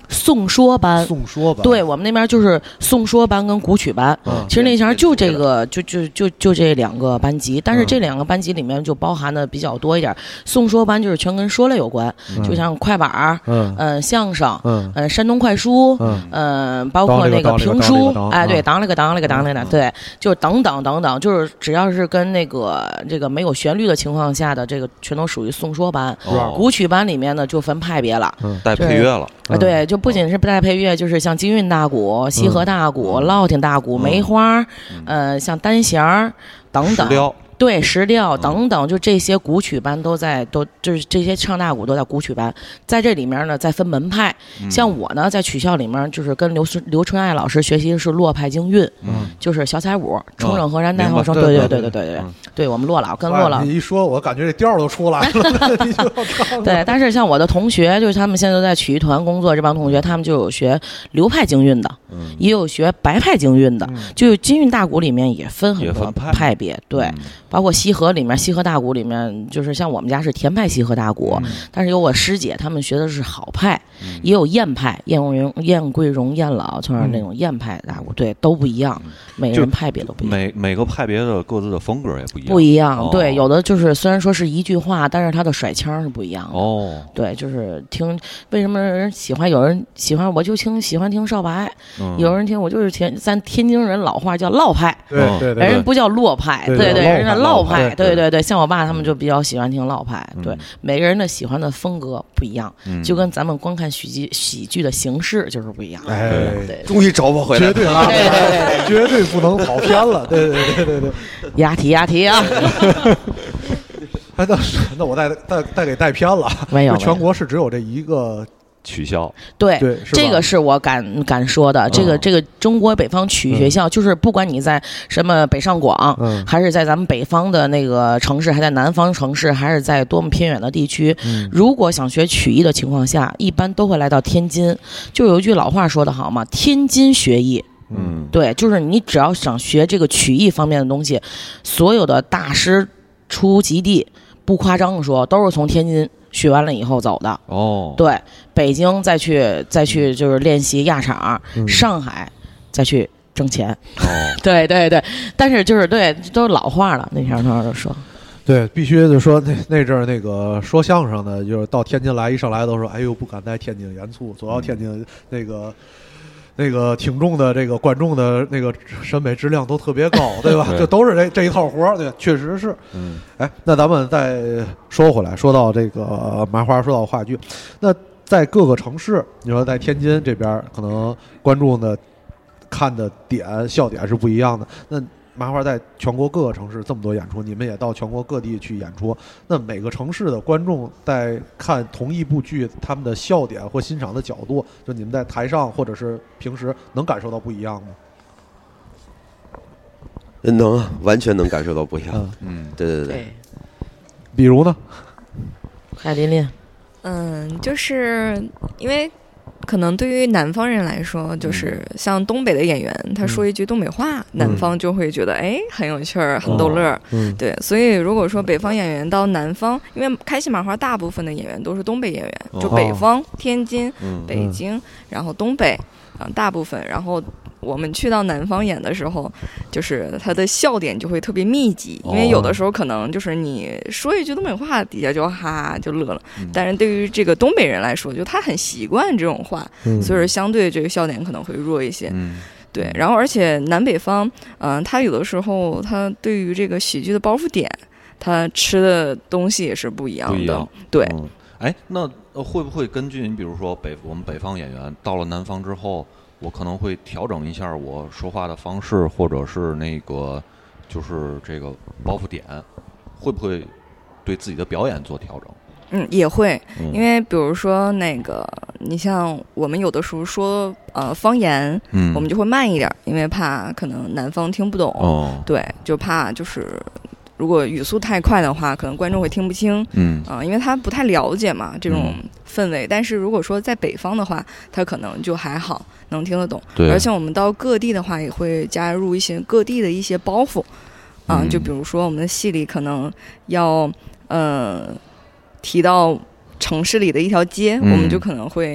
颂说班，对我们那边就是颂说班跟古曲班。其实那前就这个就这2个班级，但是这2个班级里面就包含的比较多一点。颂说班就是全跟说类有关，就像快板相声，山东快书，包括那个评书，哎，对，当了个，对，就等等，就是只要是跟那个这个没有旋律的情况下的这个，全都属于颂说班。古曲班里面呢就分派别了， 带配乐了。 对，就不仅是带配乐，就是像京韵大鼓、西河大鼓、烙挺大鼓、梅花，像单弦等等。对，石调等等，就这些古曲班就是这些唱大鼓都在古曲班，在这里面呢再分门派。像我呢，在曲校里面就是跟刘春爱老师学习的是洛派京韵，就是小彩舞、冲整河山带后声。对，我们骆老跟骆老。 你一说，我感觉这调都出来了。 对，但是像我的同学，就是他们现在都在曲艺团工作，这帮同学他们就有学流派京韵的，也有学白派京韵的，就京韵大鼓里面也分很多派别，对。包括西河里面，西河大鼓里面，就是像我们家是田派西河大鼓，但是有我师姐他们学的是好派，也有燕派，燕桂荣、燕老，就是那种燕派大鼓，对，都不一样，每个人派别都不一样， 每个派别的各自的风格也不一样，对，有的就是虽然说是一句话，但是他的甩腔是不一样的，对，就是听为什么人喜欢，有人喜欢我就喜欢听少白，有人听我就是咱天津人老话叫烙派， 对， 人不叫洛派，对，人家烙派，对，像我爸他们就比较喜欢听烙派，对，每个人的喜欢的风格不一样，就跟咱们光看喜剧的形式就是不一样。 对， 终于找不回来， 绝对绝对不能跑偏了，对， 押题啊！ 那我带给带偏了， 没有， 全国是只有这一个。 曲校对，这个是我敢说的。这个中国北方曲艺学校，就是不管你在什么北上广，还是在咱们北方的那个城市，还在南方城市，还是在多么偏远的地区，如果想学曲艺的情况下，一般都会来到天津。就有一句老话说得好嘛，天津学艺。对，就是你只要想学这个曲艺方面的东西，所有的大师出极地，不夸张的说，都是从天津学完了以后走的。对，北京再去就是练习压场，上海再去挣钱。对，但是就是对，都是老话了。那天他就说， 对，必须就说那阵儿那个说相声的，就是到天津来，一上来都说，哎呦，不敢在天津演出，走到天津那个听众的这个观众的那个审美质量都特别高，对吧？就都是这一套活儿，对，确实是。哎，那咱们再说回来，说到这个麻花，说到话剧，那在各个城市，你说在天津这边，可能观众的看的笑点是不一样的。那麻花在全国各个城市这么多演出，你们也到全国各地去演出，那每个城市的观众在看同一部剧，他们的笑点或欣赏的角度，就你们在台上或者是平时能感受到不一样吗？ 能，完全能感受到不一样。对。 比如呢？ 海琳， 就是因为可能对于南方人来说，就是像东北的演员，他说一句东北话，南方就会觉得很有趣儿，很逗乐。对，所以如果说北方演员到南方，因为开心麻花大部分的演员都是东北演员，就北方、天津、北京，然后东北，大部分，然后我们去到南方演的时候，就是他的笑点就会特别密集，因为有的时候可能就是你说一句东北话，底下就哈就乐了，但是对于这个东北人来说，就他很习惯这种话，所以相对这个笑点可能会弱一些。对，然后而且南北方，他有的时候他对于这个喜剧的包袱点，他吃的东西也是不一样的。对， 那会不会根据你比如说我们北方演员到了南方之后，我可能会调整一下我说话的方式，或者是那个就是这个包袱点，会不会对自己的表演做调整？ 也会，因为比如说那个，你像我们有的时候说方言，我们就会慢一点，因为怕可能南方听不懂，对，就怕就是如果语速太快的话，可能观众会听不清，因为他不太了解嘛这种氛围。但是如果说在北方的话，他可能就还好，能听得懂。而且我们到各地的话，也会加入一些各地的一些包袱，就比如说我们的戏里可能要提到城市里的一条街，我们就可能会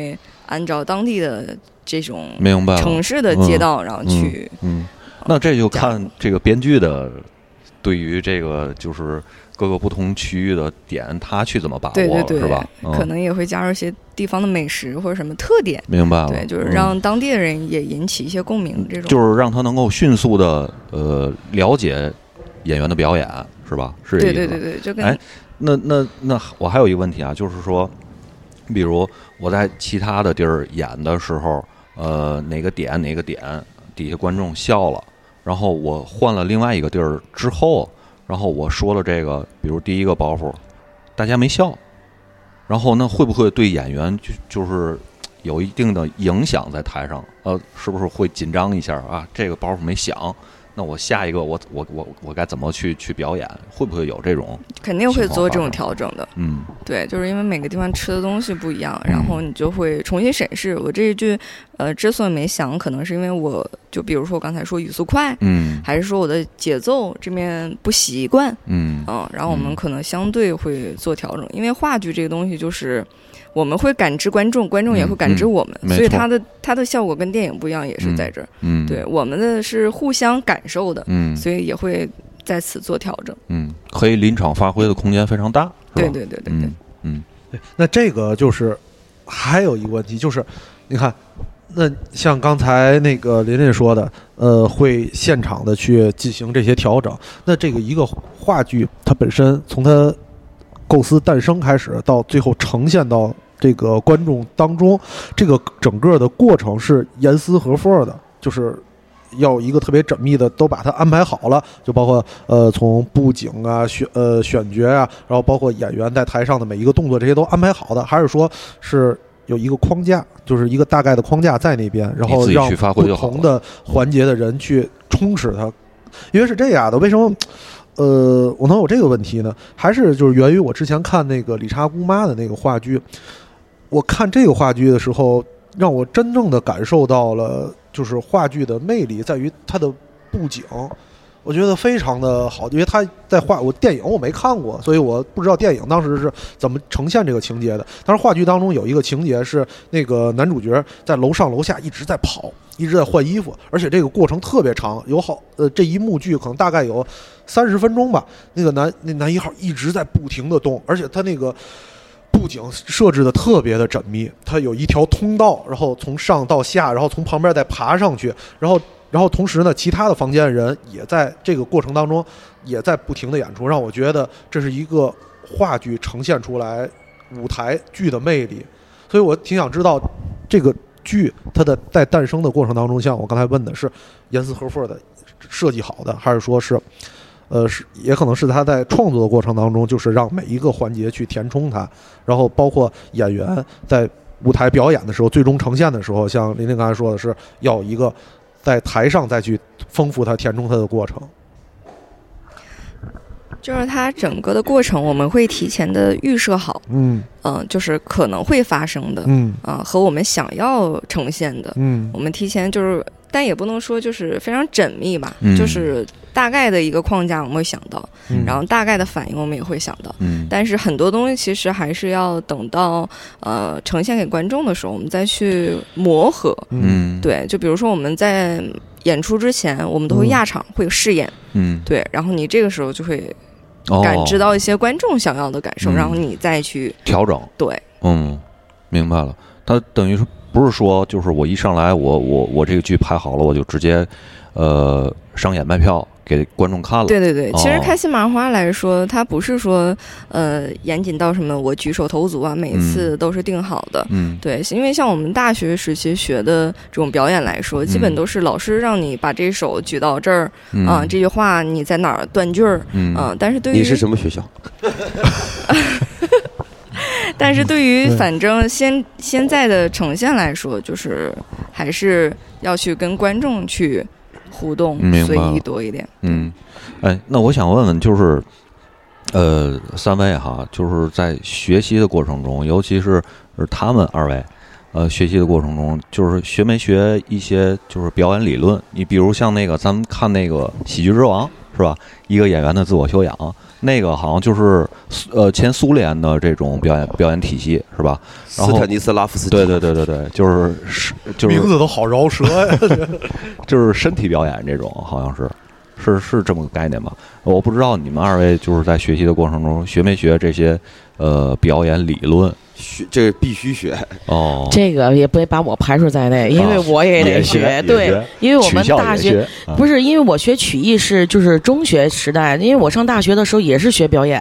按照当地的这种城市的街道，然后去那这就看这个编剧的对于这个就是各个不同区域的点，他去怎么把握了， 对， 是吧？ 可能也会加入一些地方的美食或者什么特点。 明白了， 对，就是让当地的人也引起一些共鸣，这种就是让他能够迅速的了解演员的表演，是吧？是这意思。 对，就跟那我还有一个问题啊，就是说，比如我在其他的地儿演的时候，哪个点底下观众笑了，然后我换了另外一个地儿之后，然后我说了这个，比如第一个包袱，大家没笑，然后那会不会对演员就是有一定的影响在台上？是不是会紧张一下啊？这个包袱没响，那我下一个我该怎么去表演？会不会有这种？ 肯定会做这种调整的。 对， 就是因为每个地方吃的东西不一样，然后你就会重新审视。我这一句之所以没响，可能是因为我就比如说我刚才说语速快，还是说我的节奏这边不习惯，然后我们可能相对会做调整，因为话剧这个东西就是我们会感知观众，观众也会感知我们，所以它的效果跟电影不一样，也是在这儿。对，我们的是互相感受的，所以也会在此做调整。 可以临场发挥的空间非常大。 对。 对。那这个就是还有一个问题，就是你看，那像刚才那个琳琳说的，会现场的去进行这些调整。那这个一个话剧，它本身从它构思诞生开始到最后呈现到这个观众当中，这个整个的过程是严丝合缝的，就是要一个特别缜密的都把它安排好了，就包括从布景啊选角啊，然后包括演员在台上的每一个动作，这些都安排好的，还是说是有一个框架，就是一个大概的框架在那边，然后让不同的环节的人去充实它？因为是这样的，为什么我能有这个问题呢？还是就是源于我之前看那个理查姑妈的那个话剧，我看这个话剧的时候，让我真正的感受到了就是话剧的魅力在于它的布景，我觉得非常的好，因为他在我电影我没看过，所以我不知道电影当时是怎么呈现这个情节的。但是话剧当中有一个情节是那个男主角在楼上楼下一直在跑，一直在换衣服，而且这个过程特别长，有这一幕剧可能大概有30分钟吧。那个男一号一直在不停的动，而且他那个布景设置的特别的缜密，它有一条通道，然后从上到下，然后从旁边再爬上去，然后同时呢，其他的房间的人也在这个过程当中也在不停的演出，让我觉得这是一个话剧呈现出来舞台剧的魅力。所以我挺想知道这个剧它的在诞生的过程当中，像我刚才问的是严丝合缝的设计好的，还是说是也可能是他在创作的过程当中，就是让每一个环节去填充它，然后包括演员在舞台表演的时候，最终呈现的时候，像琳琳刚才说的是要一个在台上再去丰富它、填充它的过程。 就是它整个的过程，我们会提前的预设好，就是可能会发生的，和我们想要呈现的，我们提前就是，但也不能说就是非常缜密吧，就是大概的一个框架我们会想到，然后大概的反应我们也会想到，但是很多东西其实还是要等到呈现给观众的时候，我们再去磨合，对，就比如说我们在演出之前，我们都会压场，会有试演，对，然后你这个时候就会感知到一些观众想要的感受，然后你再去调整。 对， 明白了。他等于说不是说就是我一上来我这个剧排好了，我就直接上演卖票给观众看了。 对，其实开心麻花来说，它不是说严谨到什么我举手投足啊，每次都是定好的。对，因为像我们大学时期学的这种表演来说，基本都是老师让你把这手举到这儿这句话你在哪儿断句儿但是对于你是什么学校？ 但是对于反正现在的呈现来说，就是还是要去跟观众去互动，随意多一点。 那我想问问，就是三位哈，就是在学习的过程中，尤其是他们二位，学习的过程中，就是学没学一些就是表演理论？你比如像那个咱们看那个《喜剧之王》是吧？一个演员的自我修养， 那个好像就是前苏联的这种表演体系是吧？然后斯坦尼斯拉夫斯基， 对，就是名字都好饶舌呀， 就是身体表演这种，好像是这么个概念吧？我不知道你们二位就是在学习的过程中学没学这些表演理论。 这必须学哦， 这个也不得把我排除在内，因为我也得学。对，因为我们大学不是因为我学曲艺是就是中学时代，因为我上大学的时候也是学表演。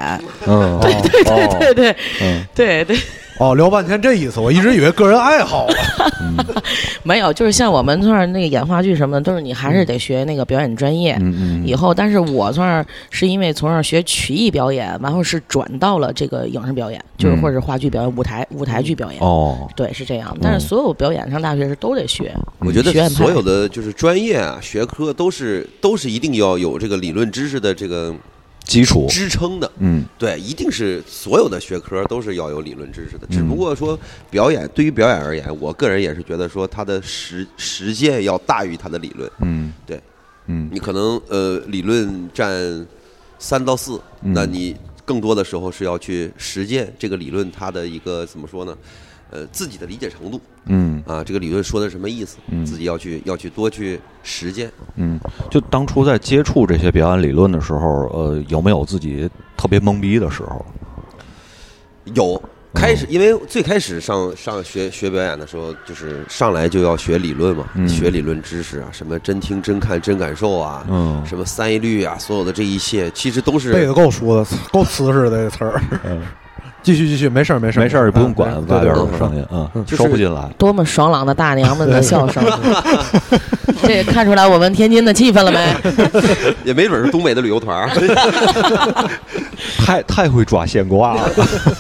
对。 哦，聊半天这意思，我一直以为个人爱好了。 没有，就是像我们这儿那个演话剧什么的，都是你还是得学那个表演专业。以后，但是我这儿是因为从这儿学曲艺表演，然后是转到了这个影视表演，就是或者话剧表演、舞台剧表演。哦，对，是这样。但是所有表演上大学是都得学。 我觉得所有的就是专业啊、学科都是一定要有这个理论知识的这个基础支撑的，对，一定是所有的学科都是要有理论知识的。只不过说对于表演而言，我个人也是觉得说它的实践要大于它的理论。对，你可能理论占3到4，那你更多的时候是要去实践这个理论它的一个怎么说呢？自己的理解程度，这个理论说的什么意思，自己要去多去实践。 就当初在接触这些表演理论的时候，有没有自己特别懵逼的时候？ 有，因为最开始上学表演的时候，就是上来就要学理论嘛，学理论知识啊，什么真听、真看、真感受啊，什么3一律啊，所有的这一切，其实都是背得够熟的，够瓷实的这词儿。继续，没事儿， 也不用管外边的声音，收不进来。 多么爽朗的大娘们的笑声，这也看出来我们天津的气氛了没？ 也没准是东北的旅游团， 太会抓现挂了。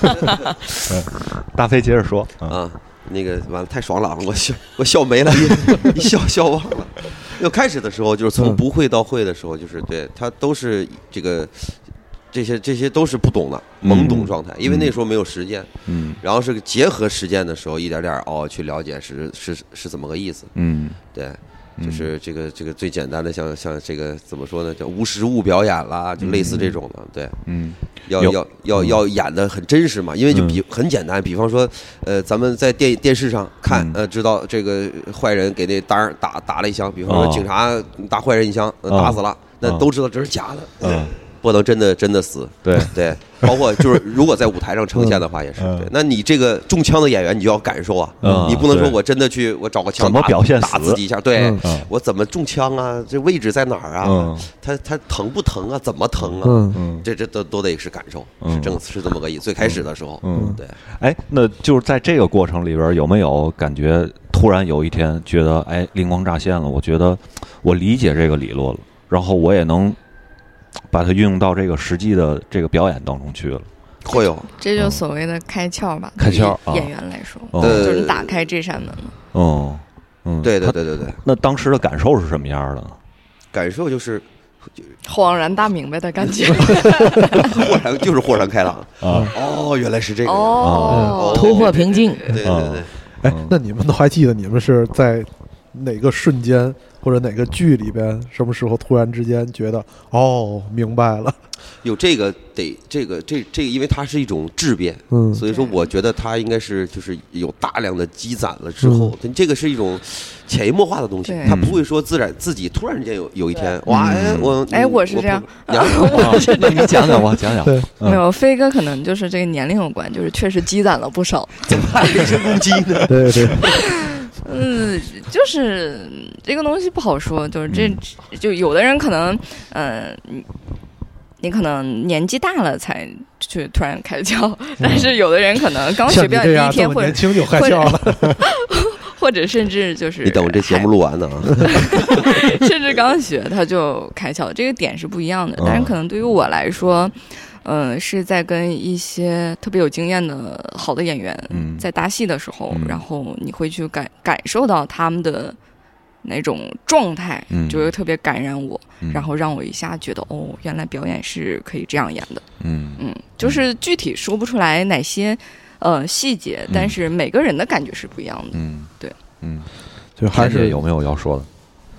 大飞接着说啊，那个完了太爽朗了，我笑没了，一笑忘了。就开始的时候，就是从不会到会的时候，就是对他都是这个。这些都是不懂的懵懂状态，因为那时候没有实践，然后是结合实践的时候，一点点去了解是怎么个意思，对，就是这个最简单的像这个怎么说呢，叫无实物表演啦，就类似这种的，对，要演的很真实嘛，因为就很简单，比方说咱们在电视上看，知道这个坏人给那单儿打了一枪，比方说警察打坏人一枪，打死了，那都知道这是假的，不能真的死，对，包括就是如果在舞台上呈现的话也是，对。那你这个中枪的演员，你就要感受啊，你不能说我真的去我找个枪打自己一下，对，我怎么中枪啊？这位置在哪儿啊？他疼不疼啊？怎么疼啊？这都得是感受，是这么个意思。最开始的时候，对。 哎，那就是在这个过程里边，有没有感觉突然有一天觉得灵光乍现了？我觉得我理解这个理论了，然后我也能把它运用到这个实际的这个表演当中去了。 会有， 这就所谓的开窍吧。 开窍， 演员来说，就是打开这扇门了。 对。 那当时的感受是什么样的？ 感受就是恍然大明白的感觉， 豁然开朗啊！原来是这个， 突破瓶颈。 对。 哎，那你们都还记得你们是在哪个瞬间或者哪个剧里边，什么时候突然之间觉得明白了？ 有这个因为它是一种质变，所以说我觉得它应该是就是有大量的积攒了之后，这个是一种潜移默化的东西，它不会说自己突然之间有一天我是这样， 那你讲讲， 没有飞哥可能就是这个年龄有关，就是确实积攒了不少， 怎么还人身攻击呢？ 对。 就是这个东西不好说，就是就有的人可能，你可能年纪大了才去突然开窍，但是有的人可能刚学表演第一天年轻就开窍了， 或者甚至就是你等我这节目录完呢啊， 甚至刚学他就开窍，这个点是不一样的。但是可能对于我来说，是在跟一些特别有经验的好的演员在搭戏的时候，然后你会去感受到他们的那种状态，就会特别感染我，然后让我一下觉得原来表演是可以这样演的。就是具体说不出来哪些细节，但是每个人的感觉是不一样的。对， 就还是有没有要说的？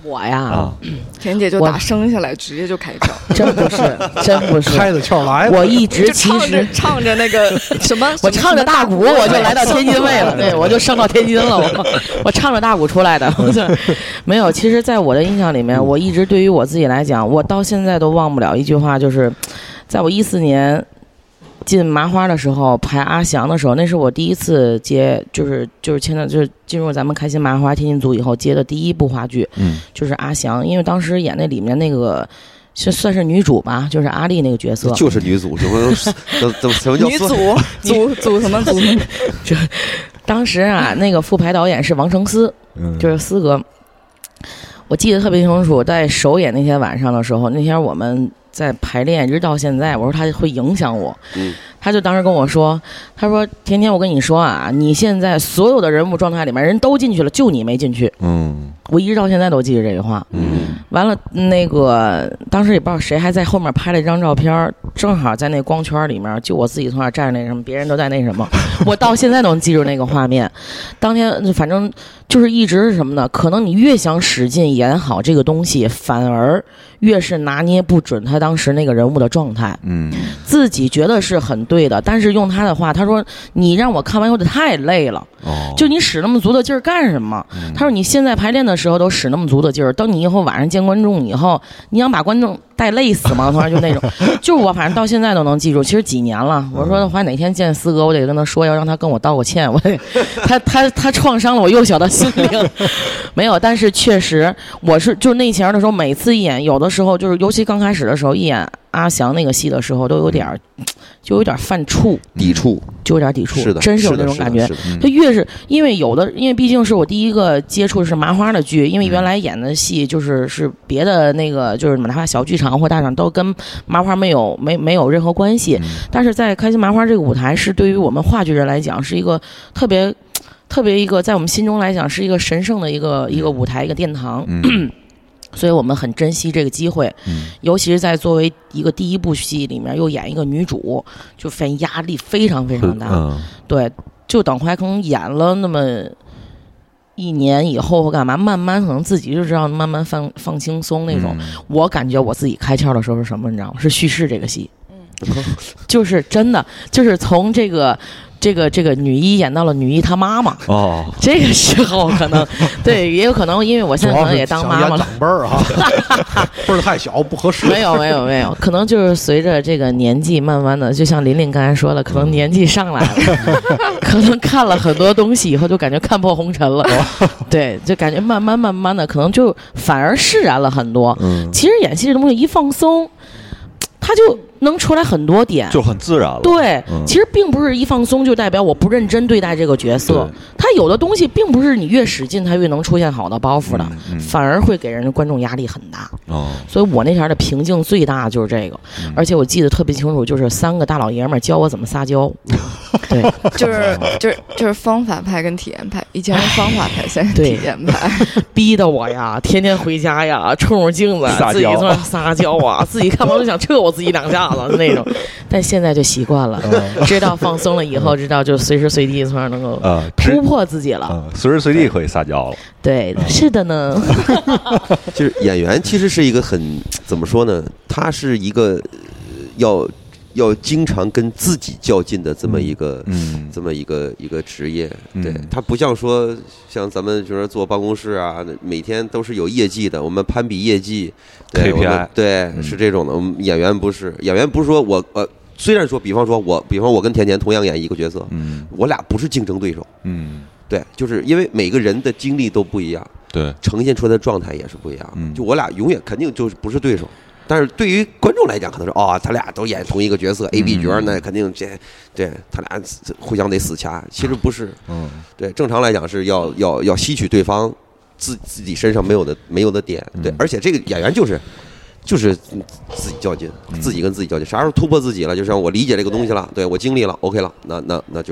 我呀， 田姐就打生下来直接就开窍， 真不是，真不是开的窍来了。 我一直其实唱着那个什么， 我唱着大鼓，我就来到天津卫了，对，我就升到天津了，我唱着大鼓出来的，没有。其实，在我的印象里面，我一直对于我自己来讲，我到现在都忘不了一句话，就是在我14年。进麻花的时候排阿翔的时候，那是我第一次接，就是签的，就是进入咱们开心麻花天津组以后接的第一部话剧，就是阿翔，因为当时演那里面那个算是女主吧，就是阿丽那个角色， 就是女主，什么叫女组什么组？ 就当时啊，那个副排导演是王成思，就是思哥，我记得特别清楚，在首演那天晚上的时候，那天我们。在排练一直到现在，我说他会影响我，他就当时跟我说，他说甜甜，我跟你说啊，你现在所有的人物状态里面人都进去了，就你没进去。我一直到现在都记着这句话。完了，那个当时也不知道谁还在后面拍了一张照片，正好在那光圈里面，就我自己从那站着那什么，别人都在那什么，我到现在都能记住那个画面。当天反正就是一直是什么呢？可能你越想使劲演好这个东西，反而越是拿捏不准他当时那个人物的状态。自己觉得是很对的，但是用他的话，他说你让我看完以后太累了，就你使那么足的劲儿干什么？他说你现在排练的时候都使那么足的劲儿，等你以后晚上见观众以后，你想把观众带累死吗？突然就那种，就我反正到现在都能记住。其实几年了，我说还哪天见思哥，我得跟他说，要让他跟我道个歉。我得他创伤了我幼小的心灵，没有，但是确实我是就是那前的时候，每次一演，有的时候就是尤其刚开始的时候，一演阿翔那个戏的时候，都有点就有点犯怵、 抵触， 就有点抵触， 是的， 真是有那种感觉。他越是因为因为毕竟是我第一个接触的是麻花的剧，因为原来演的戏是别的那个就是哪怕小剧场或大场都跟麻花没有任何关系，但是在开心麻花这个舞台是对于我们话剧人来讲是一个特别一个在我们心中来讲是一个神圣的一个舞台一个殿堂。所以我们很珍惜这个机会，尤其是在作为一个第一部戏里面又演一个女主，就压力非常非常大。对，就等会可能演了那么1年以后或干嘛，慢慢可能自己就知道慢慢放轻松那种。我感觉我自己开窍的时候是什么，你知道吗？是叙事这个戏，就是真的，就是从这个女一演到了女一她妈妈这个时候可能对，也有可能因为我现在可能也当妈妈了， 长辈儿哈，辈儿太小不合适。 没有，可能就是随着这个年纪慢慢的，就像琳琳刚才说的，可能年纪上来了，可能看了很多东西以后就感觉看破红尘了，对，就感觉慢慢的可能就反而释然了很多。其实演戏这东西一放松，它就能出来很多点， 就很自然了。 对，其实并不是一放松就代表我不认真对待这个角色，它有的东西并不是你越使劲它越能出现好的包袱的，反而会给人观众压力很大。所以我那前的瓶颈最大就是这个，而且我记得特别清楚，就是3个大老爷们教我怎么撒娇。对， 就是方法派跟体验派，以前是方法派，现在是体验派， 逼得我呀，天天回家呀，冲着镜子自己在那撒娇啊，自己看完都想撤我自己2下子那种。但现在就习惯了，知道放松了以后，知道就随时随地从那能够突破自己了， 随时随地可以撒娇了。 对，是的呢。 就是演员其实是一个很怎么说呢？他是一个要经常跟自己较劲的这么一个职业。对，他不像说像咱们就是坐办公室啊，每天都是有业绩的，我们攀比业绩 KPI， 对，是这种的。我们演员不是说我虽然说比方说我跟甜甜同样演一个角色，我俩不是竞争对手，对，就是因为每个人的经历都不一样， 对， 呈现出来的状态也是不一样，就我俩永远肯定就是不是对手。但是对于观众来讲，可能是他俩都演同一个角色 A、B 角，那肯定对他俩互相得死掐。其实不是，对，正常来讲是要吸取对方自己身上没有的点，对，而且这个演员就是自己较劲，自己跟自己较劲，啥时候突破自己了，就像我理解这个东西了，对我经历了 OK 了，那就是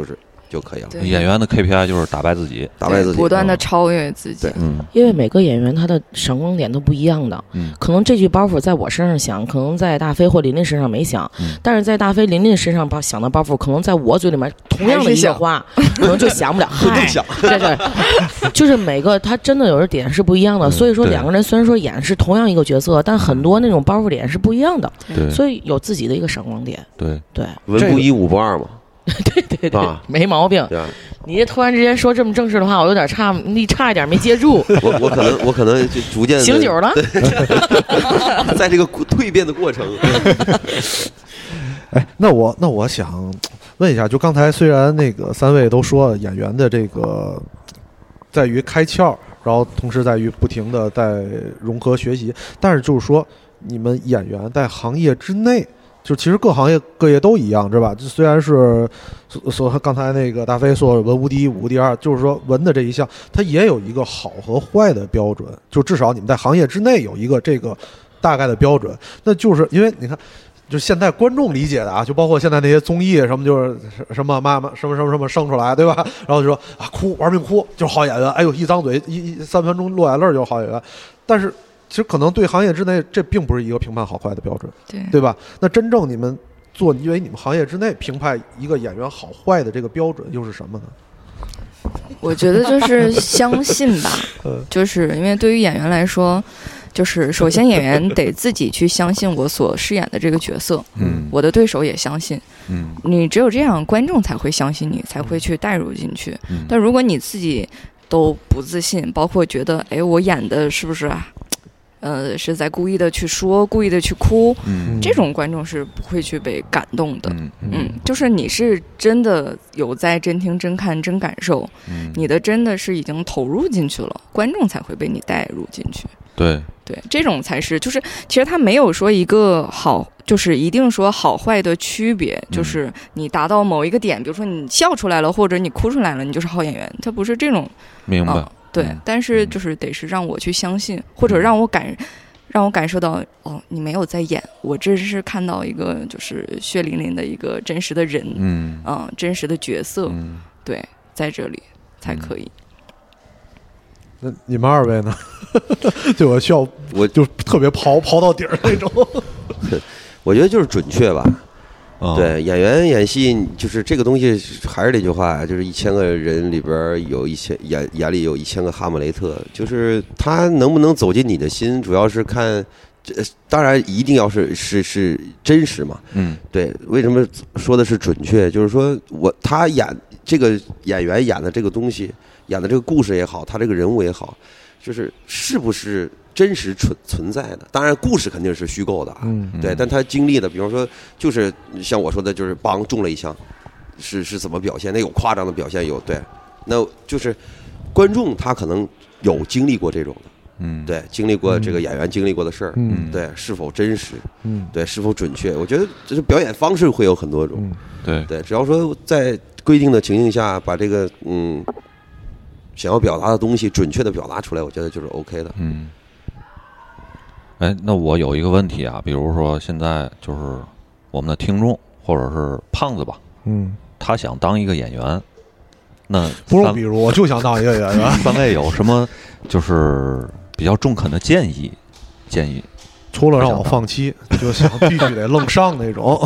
就可以了。 演员的 KPI 就是打败自己， 不断的超越自己。 对， 因为每个演员他的闪光点都不一样的，可能这句包袱在我身上想，可能在大飞或琳琳身上没想，但是在大飞、琳琳身上想的包袱，可能在我嘴里面同样的一个话，可能就想不了。嗨，就是每个他真的有的点是不一样的，所以说两个人虽然说演是同样一个角色，但很多那种包袱点是不一样的，所以有自己的一个闪光点。 对， 文不一武不二嘛。 对，没毛病。你这突然之间说这么正式的话，我有点差一点没接住。 我可能就逐渐醒酒了， 在这个蜕变的过程。 哎，那我想问一下，就刚才虽然那个3位都说了演员的这个在于开窍，然后同时在于不停的在融合学习，但是就是说你们演员在行业之内。就其实各行业各业都一样，是吧？虽然是说刚才那个大飞说文无第一武无第二，就是说文的这一项它也有一个好和坏的标准，就至少你们在行业之内有一个这个大概的标准。那就是因为你看，就现在观众理解的啊，就包括现在那些综艺什么，就是什么妈妈什么生出来，对吧？然后就说啊哭玩命哭就是好演员，哎呦一张嘴3分钟落眼泪就是好演员，但是。其实可能对行业之内，这并不是一个评判好坏的标准，对吧？那真正你们做，因为你们行业之内评判一个演员好坏的这个标准又是什么呢？ 我觉得就是相信吧，就是因为对于演员来说，就是首先演员得自己去相信我所饰演的这个角色，我的对手也相信，你只有这样，观众才会相信你，才会去带入进去。但如果你自己都不自信，包括觉得，哎，我演的是不是啊？是在故意的去说，故意的去哭，这种观众是不会去被感动的。就是你是真的有在真听、真看、真感受，你的真的是已经投入进去了，观众才会被你带入进去。 对， 这种才是，就是其实他没有说一个好，就是一定说好坏的区别，就是你达到某一个点，比如说你笑出来了，或者你哭出来了，你就是好演员，他不是这种。 明白。 对，但是就是得是让我去相信，或者让我感受到，哦，你没有在演，我这是看到一个就是血淋淋的一个真实的人，真实的角色，对，在这里才可以。 那你们2位呢？对我需要，我就特别刨到底儿那种。 我觉得就是准确吧。对，演员演戏就是这个东西，还是那句话，就是1000个人里边有眼里有1000个哈姆雷特，就是他能不能走进你的心，主要是看，当然一定要是真实嘛。对，为什么说的是准确？就是说他演这个演员演的这个东西，演的这个故事也好，他这个人物也好，是不是真实存在的？当然故事肯定是虚构的，对，但他经历的，比方说就是像我说的，就是帮中了一枪，是怎么表现？那有夸张的表现，有，对，那就是观众他可能有经历过这种的，对，经历过这个演员经历过的事儿，对，是否真实，对，是否准确？我觉得就是表演方式会有很多种，对，只要说在规定的情境下把这个想要表达的东西准确的表达出来，我觉得就是 OK 的。 哎，那我有一个问题啊，比如说现在就是我们的听众或者是胖子吧，他想当一个演员，那不用比如我就想当一个演员。 3位有什么就是比较中肯的建议？ 除了让我放弃，就想必须得愣上那种。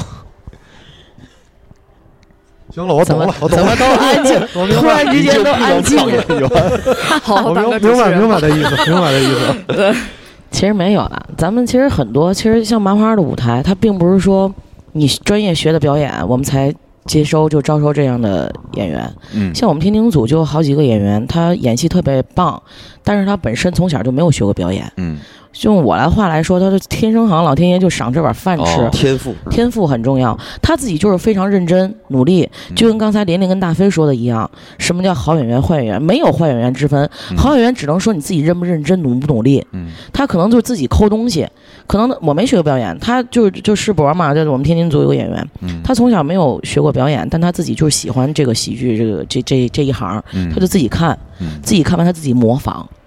行了，我懂了， 怎么都安静，突然之间都安静了。 好， 明白的意思， 对。其实没有了，咱们其实很多，其实像麻花的舞台，它并不是说你专业学的表演，我们才招收这样的演员。像我们天津组就有好几个演员，他演戏特别棒，但是他本身从小就没有学过表演。用我来话来说，他是天生好像老天爷就赏这碗饭吃，天赋很重要。他自己就是非常认真努力，就跟刚才琳琳跟大飞说的一样，什么叫好演员坏演员？没有坏演员之分，好演员只能说你自己认不认真努不努力。他可能就是自己抠东西，可能我没学过表演，他就世博嘛，就是我们天津组有个演员，他从小没有学过表演，但他自己就是喜欢这个喜剧这一行，他就自己看，自己看完他自己模仿。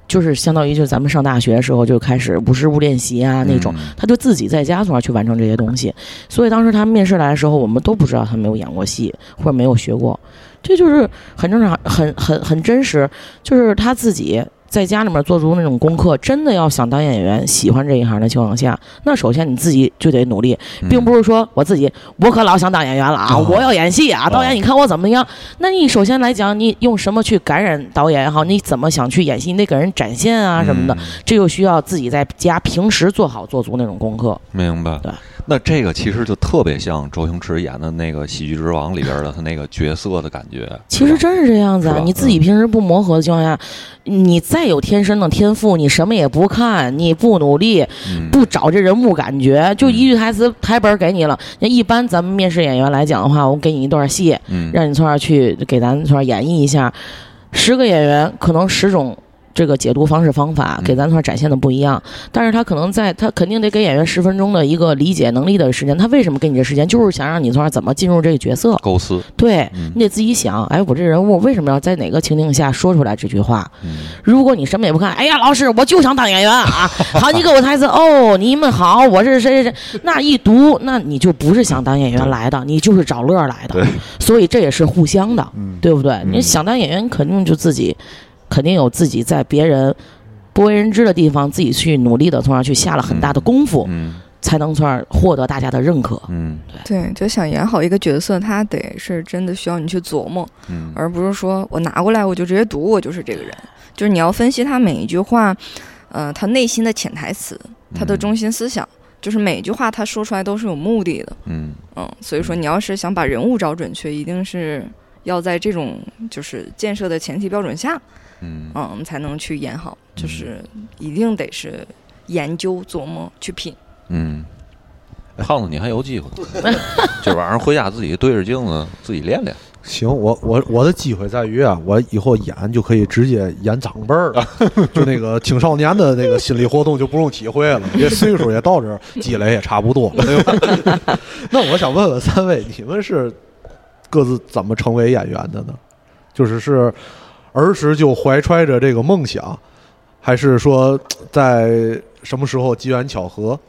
就是相当于就是咱们上大学的时候就开始无实物练习啊那种，他就自己在家从而去完成这些东西。所以当时他面试来的时候，我们都不知道他没有演过戏或者没有学过，这就是很正常，很真实，就是他自己在家里面做足那种功课，真的要想当演员，喜欢这一行的情况下，那首先你自己就得努力，并不是说我可老想当演员了啊，我要演戏啊，导演你看我怎么样？那你首先来讲，你用什么去感染导演也好，你怎么想去演戏，你得给人展现啊什么的，这就需要自己在家平时做足那种功课。 明白。对。那这个其实就特别像周星驰演的那个《喜剧之王》里边的他那个角色的感觉。 其实真是这样子啊！你自己平时不磨合的情况下，你再有天生的天赋，你什么也不看，你不努力，不找这人物感觉，就一句台词台本给你了。那一般咱们面试演员来讲的话，我给你一段戏，让你从那儿去给咱从那儿演绎一下，10个演员可能10种。这个解读方式方法给咱展现的不一样，但是他可能他肯定得给演员10分钟的一个理解能力的时间。他为什么给你这时间？就是想让你从那怎么进入这个角色， 构思。 对，你得自己想，哎，我这人物为什么要在哪个情境下说出来这句话？如果你什么也不看，哎呀，老师，我就想当演员啊！好，你给我台词，哦，你们好，我是谁谁谁，那一读，那你就不是想当演员来的，你就是找乐来的。所以这也是互相的，对不对？你想当演员，肯定就肯定有自己在别人不为人知的地方，自己去努力的，从而去下了很大的功夫，才能从而获得大家的认可。 对，就想演好一个角色，他得是真的需要你去琢磨，而不是说我拿过来我就直接读，我就是这个人。就是你要分析他每一句话，他内心的潜台词，他的中心思想，就是每一句话他说出来都是有目的的。所以说你要是想把人物找准确，一定是要在这种就是建设的前提标准下。才能去演好，就是一定得是研究琢磨去品。 耗子你还有机会，今晚上回家自己对着镜子自己练练。 行，我的机会在于啊，我以后演就可以直接演长辈儿了，就那个青少年的那个心理活动就不用体会了，这岁数也到这儿，积累也差不多了，对吧？那我想问问3位，你们是各自怎么成为演员的呢？是儿时就怀揣着这个梦想，还是说在什么时候机缘巧合？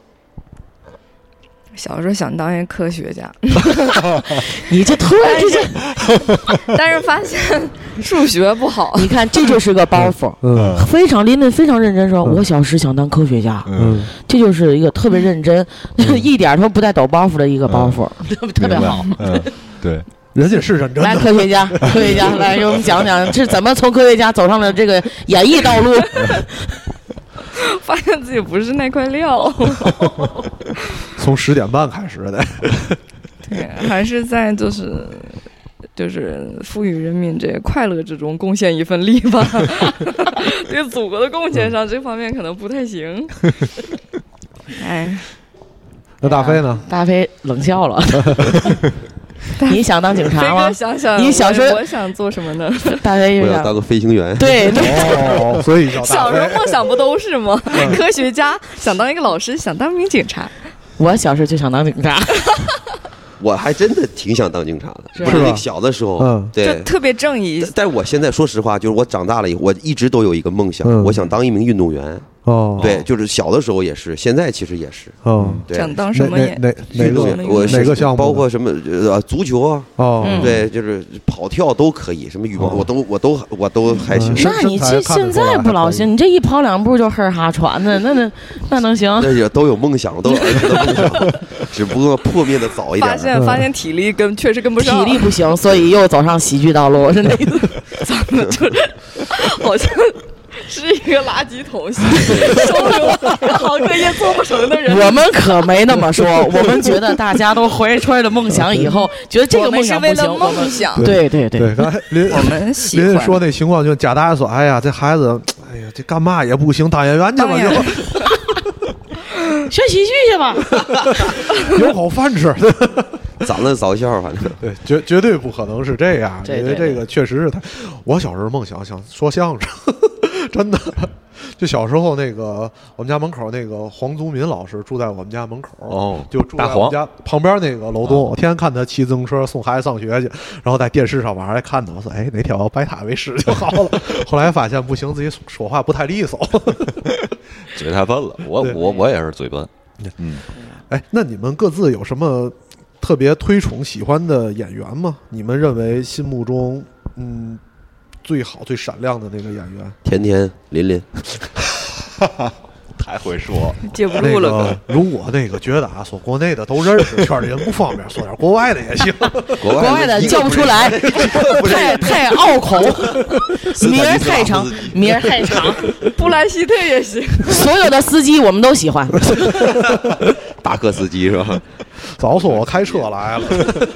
小时候想当一个科学家， 你这突然之间， 但是发现数学不好。 你看，这就是个包袱。非常林林非常认真说，我小时想当科学家。这就是一个特别认真，一点都不带抖包袱的一个包袱，特别好。 对。 人家是认真的。 来，科学家来给我们讲讲是怎么从科学家走上了这个演艺道路。 发现自己不是那块料。 从10点半开始的。 对，还是在就是赋予人民这快乐之中贡献一份力吧。对祖国的贡献上这方面可能不太行。哎， 那大飞呢？ 大飞冷笑了。你想当警察吗？ 想想， 你小时候我想做什么呢？ 我要当个飞行员。 对， 所以小时候梦想不都是吗？科学家，想当一个老师，想当名警察。 我小时候就想当警察。 我还真的挺想当警察的， 是吧？小的时候，对， 就特别正义。 但是我现在说实话，就是我长大了以后，我一直都有一个梦想，我想当一名运动员。对，就是小的时候也是，现在其实也是。 对， 想当什么哪个项目？ 包括什么足球啊，对，就是跑跳都可以，什么羽毛我都还行。 那你现在不老行，你这一跑2步就嘿哈喘的，那能行？ 那也都有梦想，都有儿时的梦想，只不过破灭的早一点。 发现体力确实跟不上， 体力不行，所以又走上喜剧道路，是那个。 咱们就是好像。是一个垃圾桶，收留各行各业做不成的人。 我们可没那么说，我们觉得大家都怀揣着梦想以后，觉得这个梦想不行。 我们是为了梦想。 对。 刚才我们喜欢林说那情况，就贾大爷说：“哎呀，这孩子，哎呀，这干嘛也不行，当演员去吧，就学喜剧去吧， 有口饭吃。” 长得早笑，反正对，绝对不可能是这样，因为这个确实是他。我小时候梦想说相声。真的， 就小时候那个我们家门口那个黄宗民老师住在我们家门口，就住在我们家旁边那个楼栋，我天天看他骑自行车送孩子上学去，然后在电视上晚上还看到，我说哎哪天我要拜他为师就好了。后来发现不行，自己说话不太利索， 嘴太笨了。我也是嘴笨。 哎，那你们各自有什么特别推崇喜欢的演员吗？你们认为心目中最好最闪亮的那个演员？ 甜甜琳琳太会说， 接不住了。 如果那个觉得啊，说国内的都认识，圈里人不方便，说点国外的也行。 国外的叫不出来，太拗口，名儿太长，名儿太长。 布莱希特也行。 所有的司机我们都喜欢。 大客司机是吧？ 早说我开车来了。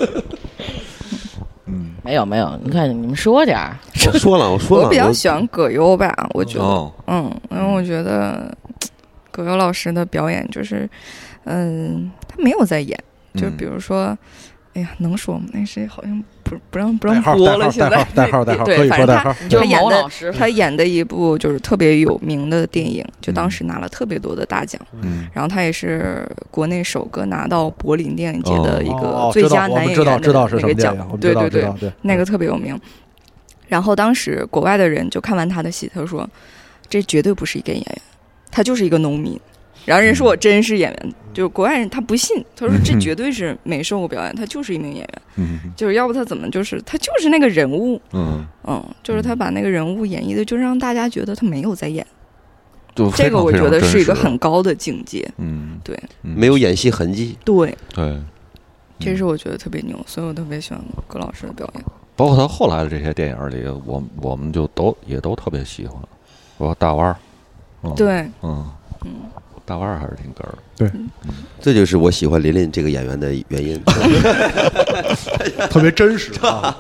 没有，你看你们说点儿。 我说了。 我比较喜欢葛优吧，我觉得，因为我觉得葛优老师的表演就是，他没有在演，就比如说，哎呀，能说吗？那谁好像不让播了，现在代号， 对，反正他演的一部就是特别有名的电影，就当时拿了特别多的大奖，然后他也是国内首个拿到柏林电影节的一个最佳男演员的那个奖，对，那个特别有名。然后当时国外的人就看完他的戏，他说这绝对不是一个演员，他就是一个农民。然后人说我真是演员，就是国外人他不信，他说这绝对是没受过表演，他就是一名演员，就是要不他怎么就是他就是那个人物，就是他把那个人物演绎的，就让大家觉得他没有在演，这个我觉得是一个很高的境界，对， 没有演戏痕迹， 对， 这是我觉得特别牛，所以我特别喜欢葛老师的表演， 包括他后来的这些电影里，我们就都特别喜欢，包括大腕儿， 对， 大腕儿还是挺哏儿， 对， 这就是我喜欢琳琳这个演员的原因， 特别真实啊。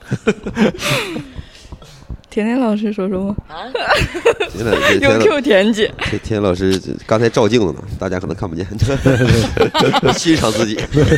甜甜老师说说吗？ 用 Q 甜姐， 甜甜老师刚才照镜子呢，大家可能看不见，欣赏自己。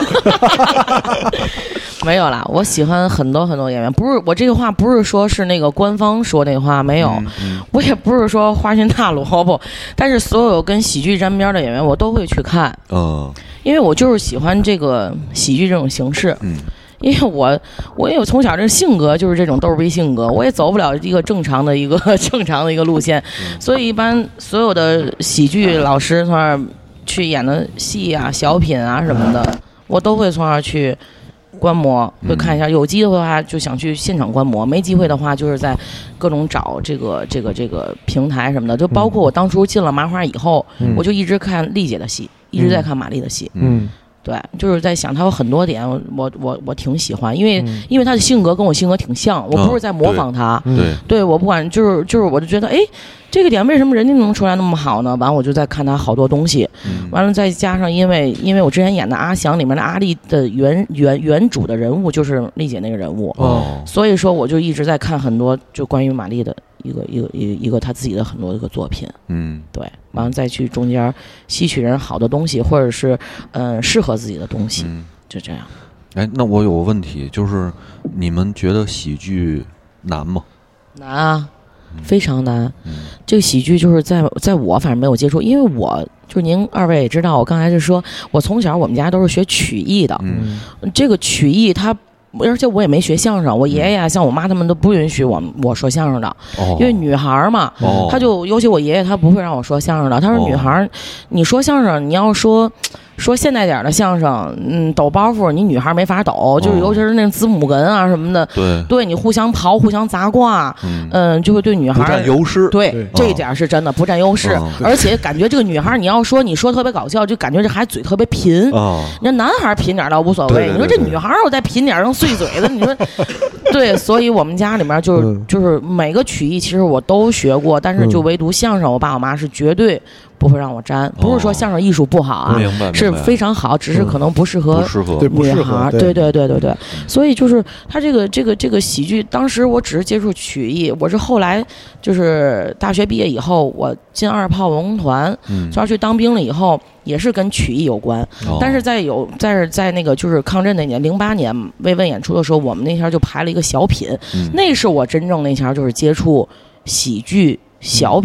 没有啦，我喜欢很多演员，不是我这个话不是说是那个官方说那话，没有，我也不是说花心大萝卜，但是所有跟喜剧沾边的演员我都会去看，因为我就是喜欢这个喜剧这种形式，因为我也有从小这个性格就是这种逗逼性格，我也走不了一个正常的一个路线，所以一般所有的喜剧老师从那儿去演的戏啊、小品啊什么的，我都会从那儿去观摩，会看一下。有机会的话就想去现场观摩，没机会的话就是在各种找这个平台什么的。就包括我当初进了麻花以后，我就一直看丽姐的戏，一直在看马丽的戏。对，就是在想他有很多点，我挺喜欢，因为他的性格跟我性格挺像，我不是在模仿他，对，我不管，就是我就觉得，哎，这个点为什么人家能出来那么好呢？完，我就在看他好多东西，完了再加上因为我之前演的《阿翔》里面的阿丽的原主的人物就是丽姐那个人物，所以说我就一直在看很多就关于马丽的一个他自己的很多一个作品，对，完了再去中间吸取人好的东西，或者是适合自己的东西，就这样。 哎，那我有个问题，就是你们觉得喜剧难吗？ 难啊，非常难。这个喜剧就是在我反正没有接触，因为我就是您二位也知道，我刚才就说我从小我们家都是学曲艺的，这个曲艺它。而且我也没学相声，我爷爷像我妈他们都不允许我说相声的，因为女孩嘛，他就尤其我爷爷他不会让我说相声的，他说女孩你说相声你要说现代点的相声，抖包袱你女孩没法抖，就是尤其是那种子母哏啊什么的，对你互相刨互相砸挂，就会对女孩不占优势， 对这一点是真的不占优势，而且感觉这个女孩你说特别搞笑，就感觉这孩子嘴特别贫，你说男孩贫点倒无所谓，你说这女孩我再贫点碎嘴的，你说对，所以我们家里面就是每个曲艺其实我都学过，但是就唯独相声，我爸我妈是绝对不会让我沾，不是说相声艺术不好啊，是非常好，只是可能不适合女孩，对，所以就是他这个喜剧，当时我只是接触曲艺，我是后来就是大学毕业以后，我进2炮文工团，就要去当兵了以后，也是跟曲艺有关，但是在那个就是抗震那年08年慰问演出的时候，我们那天就排了一个小品，那是我真正那天就是接触喜剧小品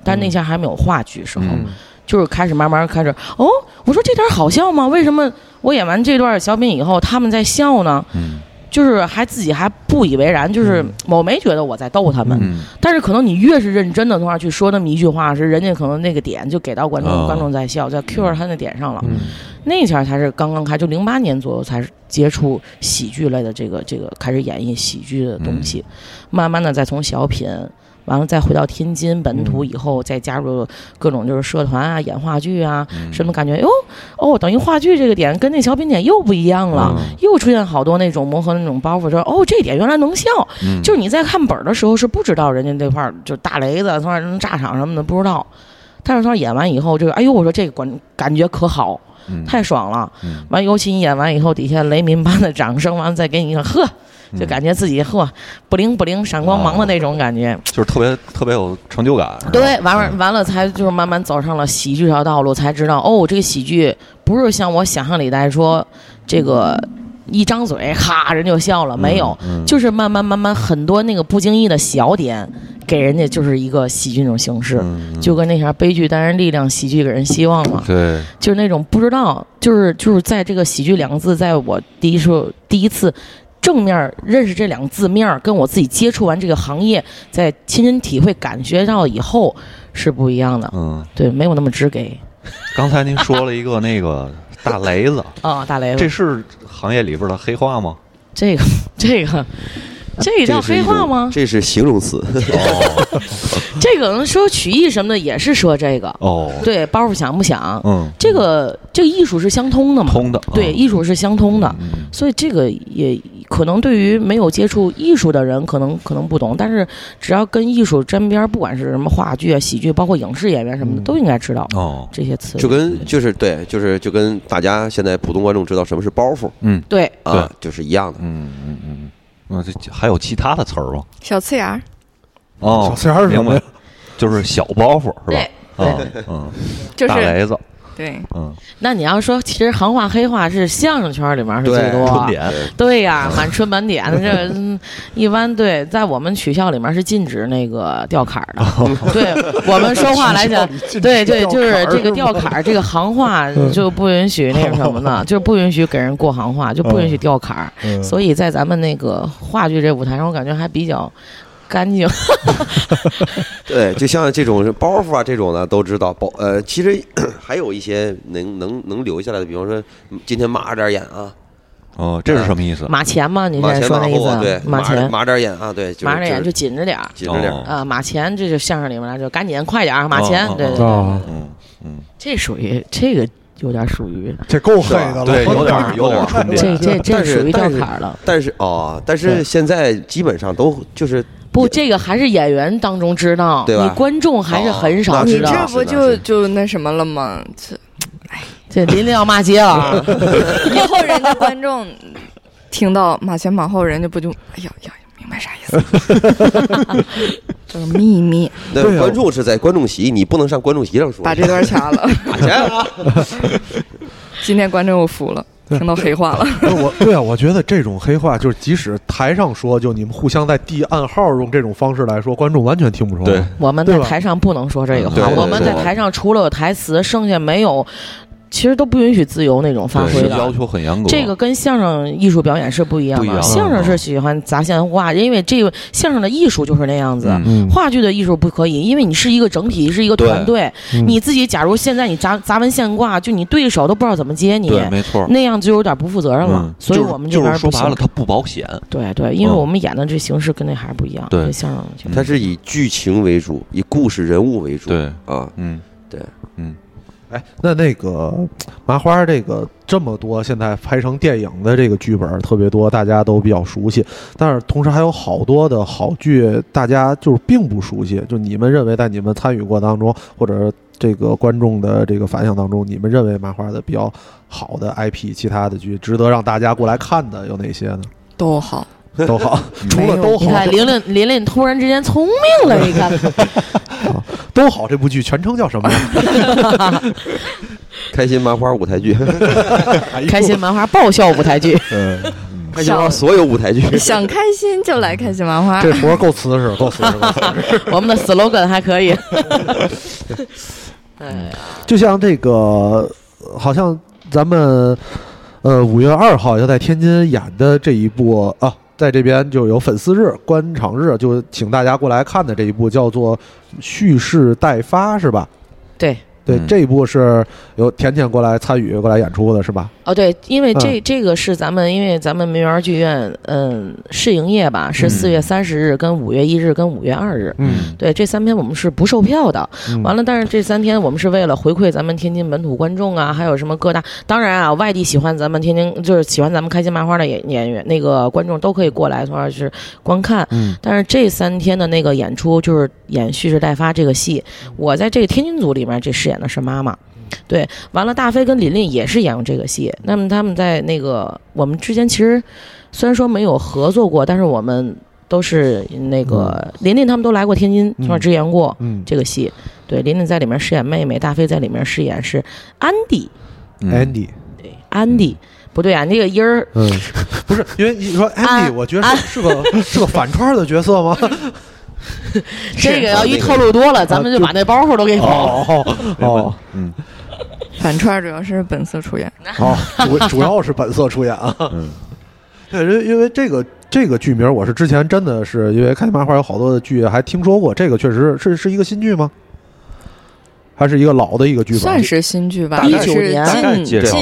但那前还没有话剧时候，就是开始慢慢开始我说这点好笑吗？为什么我演完这段小品以后他们在笑呢？就是自己还不以为然，就是我没觉得我在逗他们，但是可能你越是认真的话去说那么一句话，是人家可能那个点就给到观众在笑，在 Q 到他那点上了。那前才是刚刚开，就08年左右才是接触喜剧类的这个开始演绎喜剧的东西，慢慢的再从小品。完了，再回到天津本土以后，再加入各种就是社团啊、演话剧啊，什么感觉等于话剧这个点跟那小品点又不一样了，又出现好多那种磨合的那种包袱，说这点原来能笑，就是你在看本的时候是不知道人家这块就大雷子、从那炸场什么的不知道，但是他演完以后，这个我说这个感觉可好，太爽了。完，尤其你演完以后，底下雷鸣般的掌声，完了再给你一个呵。就感觉自己不灵不灵闪光芒的那种感觉， 就是特别有成就感。 对，完了才就是慢慢走上了喜剧这条道路，才知道这个喜剧不是像我想象里来说，这个一张嘴哈人就笑了，没有，就是慢慢很多那个不经意的小点，给人家就是一个喜剧那种形式，就跟那啥悲剧带人力量，喜剧给人希望嘛。 对， 就是那种不知道，就是在这个喜剧两个字，在我第一次。正面认识这两个字面，跟我自己接触完这个行业，在亲身体会感觉到以后是不一样的。对，没有那么直给。 刚才您说了一个那个大雷子大雷子， 这是行业里边的黑话吗？ 这叫黑话吗？ 这是形容词。 这个能说曲艺什么的也是说这个。对，包袱响不响？这个艺术是相通的嘛？ 通的。 对，艺术是相通的，所以这个也可能对于没有接触艺术的人可能不懂，但是只要跟艺术沾边，不管是什么话剧啊、喜剧，包括影视演员什么的，都应该知道这些词。 就跟大家现在普通观众知道什么是包袱， 对就是一样的。 这还有其他的词儿吗？ 小刺牙。 小刺牙是什么呀？ 就是小包袱是吧？ 对， 就是大雷子。 对， 那你要说，其实行话黑话是相声圈里面是最多， 春点， 对呀，满春满点的这一般对，在我们学校里面是禁止那个吊坎的，对我们说话来讲，对，就是这个吊坎这个行话就不允许那个什么呢，就是不允许给人过行话，就不允许吊坎，所以在咱们那个话剧这舞台上，我感觉还比较。干净， 对，就像这种包袱啊，这种的都知道。其实还有一些能留下来的，比方说今天马着点眼啊。 这是什么意思？ 马前吗？你现在说那意思？ 对， 马前马点眼啊，对， 马着眼就紧着点， 紧着点啊。马前这就相声里面来就赶紧快点，马前，对，这属于这个。有点属于这够黑的了， 对，有点春点， 这属于吊坎了。 但是现在基本上都就是不，这个还是演员当中知道， 对吧？ 你观众还是很少知道。 你这不就那什么了吗？ 这琳琳要骂街了， 以后人家观众听到马前马后，人家不就哎呀明白啥意思？这个秘密。 对，观众是在观众席，你不能上观众席上说。 把这段掐了。今天观众又服了，听到黑话了。 我觉得这种黑话就是，即使台上说，就你们互相在递暗号，用这种方式来说，观众完全听不出来。 对， 我们在台上不能说这个话，我们在台上除了有台词，剩下没有。其实都不允许自由那种发挥的， 要求很严格。 这个跟相声艺术表演是不一样的。相声是喜欢砸线话，因为这个相声的艺术就是那样子。话剧的艺术不可以，因为你是一个整体，是一个团队。你自己假如现在你砸完线挂，就你对手都不知道怎么接你， 对，没错， 那样就有点不负责任了。所以我们这边就是说白了，它不保险。 对，因为我们演的这形式跟那还是不一样。 对， 相声它是以剧情为主，以故事人物为主。 对啊， 对。 那个麻花这么多现在拍成电影的这个剧本特别多，大家都比较熟悉，但是同时还有好多的好剧大家就是并不熟悉。就你们认为在你们参与过当中，或者这个观众的这个反响当中，你们认为麻花的比较好的 IP， 其他的剧值得让大家过来看的有哪些呢？ 都好。 除了都好， 你看琳琳突然之间聪明了，你看， 都好。这部剧全称叫什么呀？ 开心麻花舞台剧， 开心麻花爆笑舞台剧。 开心麻花所有舞台剧， 想开心就来开心麻花。 这活够瓷实，够瓷实。 我们的 slogan 还可以。 就像这个，好像咱们5月2号要在天津演的这一部啊，在这边就有粉丝日、观场日，就请大家过来看的这一部叫做《蓄势待发》，是吧？对，这一部是由甜甜过来参与、过来演出的，是吧？ 哦，对，因为这个是因为咱们梅园剧院，试营业吧，是4月30日、跟5月1日、跟5月2日，对，这3天我们是不售票的。完了，但是这3天我们是为了回馈咱们天津本土观众啊，还有什么各大，当然啊，外地喜欢咱们天津，就是喜欢咱们开心麻花的演员，那个观众都可以过来，从而是观看。但是这3天的那个演出就是演《蓄势待发》这个戏，我在这个天津组里面这饰演的是妈妈。对，完了，大飞跟琳琳也是演过这个戏。那么他们在那个我们之前其实虽然说没有合作过，但是我们都是那个琳琳他们都来过天津，从而支援过这个戏。对，琳琳在里面饰演妹妹，大飞在里面饰演是安迪。对，安迪。不对啊，那个音儿， 不是，因为你说安迪，我觉得是个反串的角色吗？ 这个要一透露多了，咱们就把那包袱都给哦， 反串主要是本色出演， 主要是本色出演啊。对，因为这个剧名，我是之前真的是因为开心麻花有好多的剧还听说过，这个确实是一个新剧吗？还是一个老的一个剧本？ 算是新剧吧 ，19年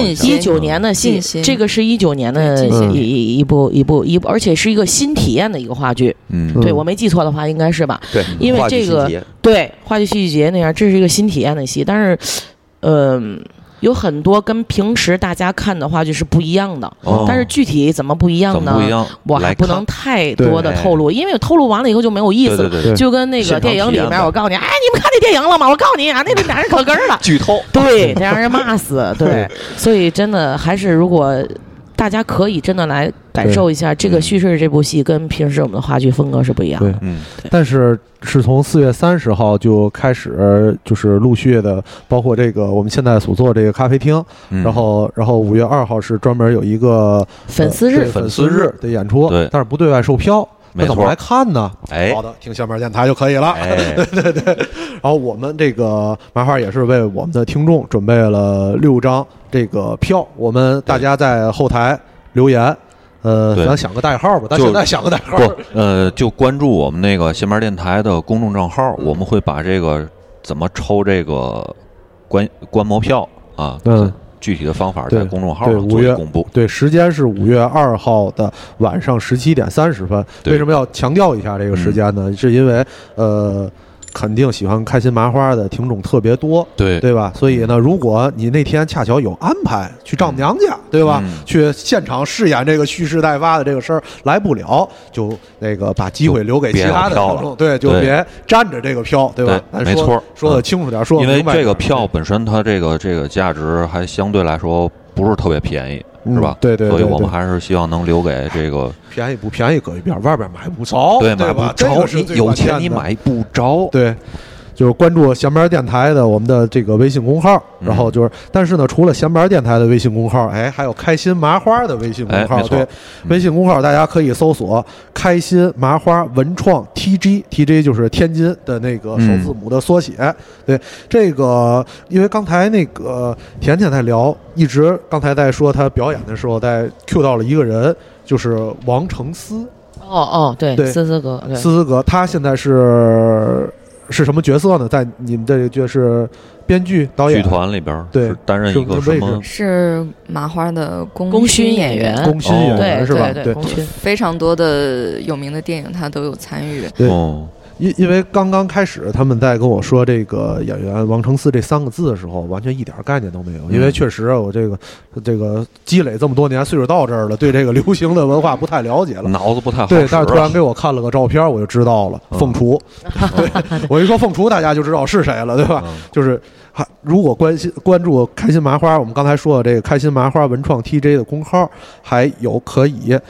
19年的戏，这个是19年的一部，而且是一个新体验的一个话剧。对，我没记错的话，应该是吧？ 对， 因为这个对话剧戏剧节那样，这是一个新体验的戏，但是，有很多跟平时大家看的话剧是不一样的，但是具体怎么不一样呢？我还不能太多的透露，因为透露完了以后就没有意思了。就跟那个电影里面，我告诉你，哎，你们看那电影了吗？我告诉你啊，那俩人可根儿了， 剧透， 对，得让人骂死。对，所以真的还是如果大家可以真的来感受一下这个叙事，这部戏跟平时我们的话剧风格是不一样的。 对，但是从4月30号就开始，就是陆续的，包括这个我们现在所做这个咖啡厅，然后5月2号是专门有一个粉丝日的演出， 对， 但是不对外售票。那怎么来看呢？好的，听下面电台就可以了。对。然后我们这个麻花也是为我们的听众准备了6张这个票，我们大家在后台留言。咱想个代号吧，咱现在想个代号。 就关注我们那个闲班电台的公众账号，我们会把这个怎么抽这个观摩票啊，具体的方法在公众号上做公布。 对，时间是5月2号的晚上17点30分。为什么要强调一下这个时间呢？是因为肯定喜欢开心麻花的听众特别多，对吧？所以呢，如果你那天恰巧有安排去丈母娘家，对吧？去现场饰演这个蓄势待发的这个事儿来不了，就那个把机会留给其他的听众，对，就别占着这个票，对吧？ 没错， 说的清楚点，说因为这个票本身它这个价值还相对来说不是特别便宜。是吧？ 对， 所以我们还是希望能留给这个便宜不便宜搁一边，外边买不着， 对，买不着，你有钱你买不着， 对。就是关注闲班电台的我们的这个微信公号，然后就是，但是呢，除了闲班电台的微信公号，还有开心麻花的微信公号，对，微信公号大家可以搜索“开心麻花文创 TG”，TG 就是天津的那个首字母的缩写。对，这个因为刚才那个甜甜在聊，一直刚才在说他表演的时候，在 Q 到了一个人，就是王成思。 对，思思哥， 他现在是什么角色呢？在你们这个是编剧、导演、 剧团里边， 对， 担任一个什么？ 是麻花的功勋演员， 功勋演员是吧？ 对， 非常多的有名的电影他都有参与。 对。因为刚刚开始他们在跟我说这个演员王成思这3个字的时候，完全一点概念都没有。因为确实我这个积累这么多年，岁数到这儿了，对这个流行的文化不太了解了， 脑子不太好。 对，但是突然给我看了个照片，我就知道了，凤雏。对，我一说凤雏，大家就知道是谁了，对吧？就是如果关注开心麻花，我们刚才说的这个开心麻花文创 TJ 的公号，还有可以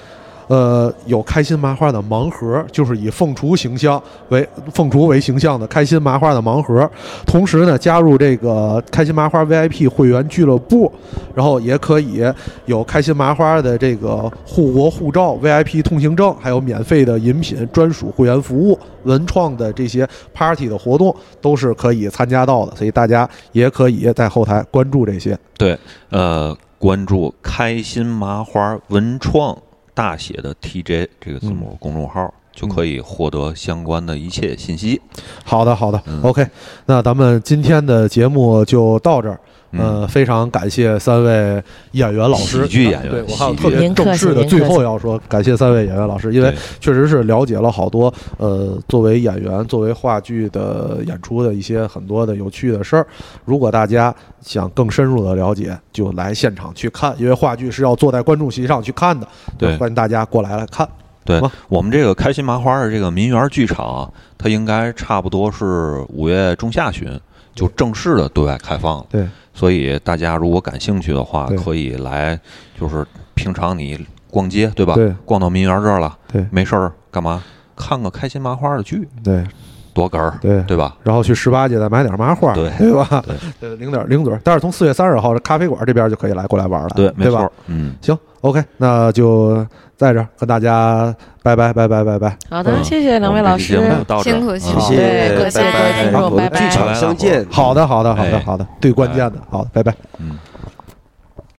有开心麻花的盲盒，就是以凤雏为形象的开心麻花的盲盒。同时呢，加入这个开心麻花 VIP 会员俱乐部，然后也可以有开心麻花的这个护国护照、VIP 通行证，还有免费的饮品、专属会员服务、文创的这些 party 的活动都是可以参加到的，所以大家也可以在后台关注这些。 对，关注开心麻花文创大写的 TJ 这个字母公众号，就可以获得相关的一切信息。 好的，OK， 那咱们今天的节目就到这儿。非常感谢3位演员老师， 喜剧演员。 对，我还有特别正式的，最后要说感谢3位演员老师，因为确实是了解了好多作为演员、作为话剧的演出的一些很多的有趣的事儿。如果大家想更深入的了解，就来现场去看，因为话剧是要坐在观众席上去看的。 对， 欢迎大家过来看。 对，我们这个开心麻花的这个民园剧场，它应该差不多是5月中下旬就正式的对外开放了。 对。 所以大家如果感兴趣的话，可以来，就是平常你逛街对吧？ 对， 逛到民园这儿了， 对， 没事儿干嘛？看个开心麻花的剧， 对， 多哏儿， 对吧？ 然后去18街再买点麻花，对吧？ 对， 零嘴。但是从4月30号咖啡馆这边就可以过来玩了， 对， 没错。行 ，OK， 那就在这儿跟大家拜拜。 好的，谢谢2位老师， 辛苦， 谢谢， 各位听众，拜拜。 剧场相见。 好的，最关键的，好的，拜拜。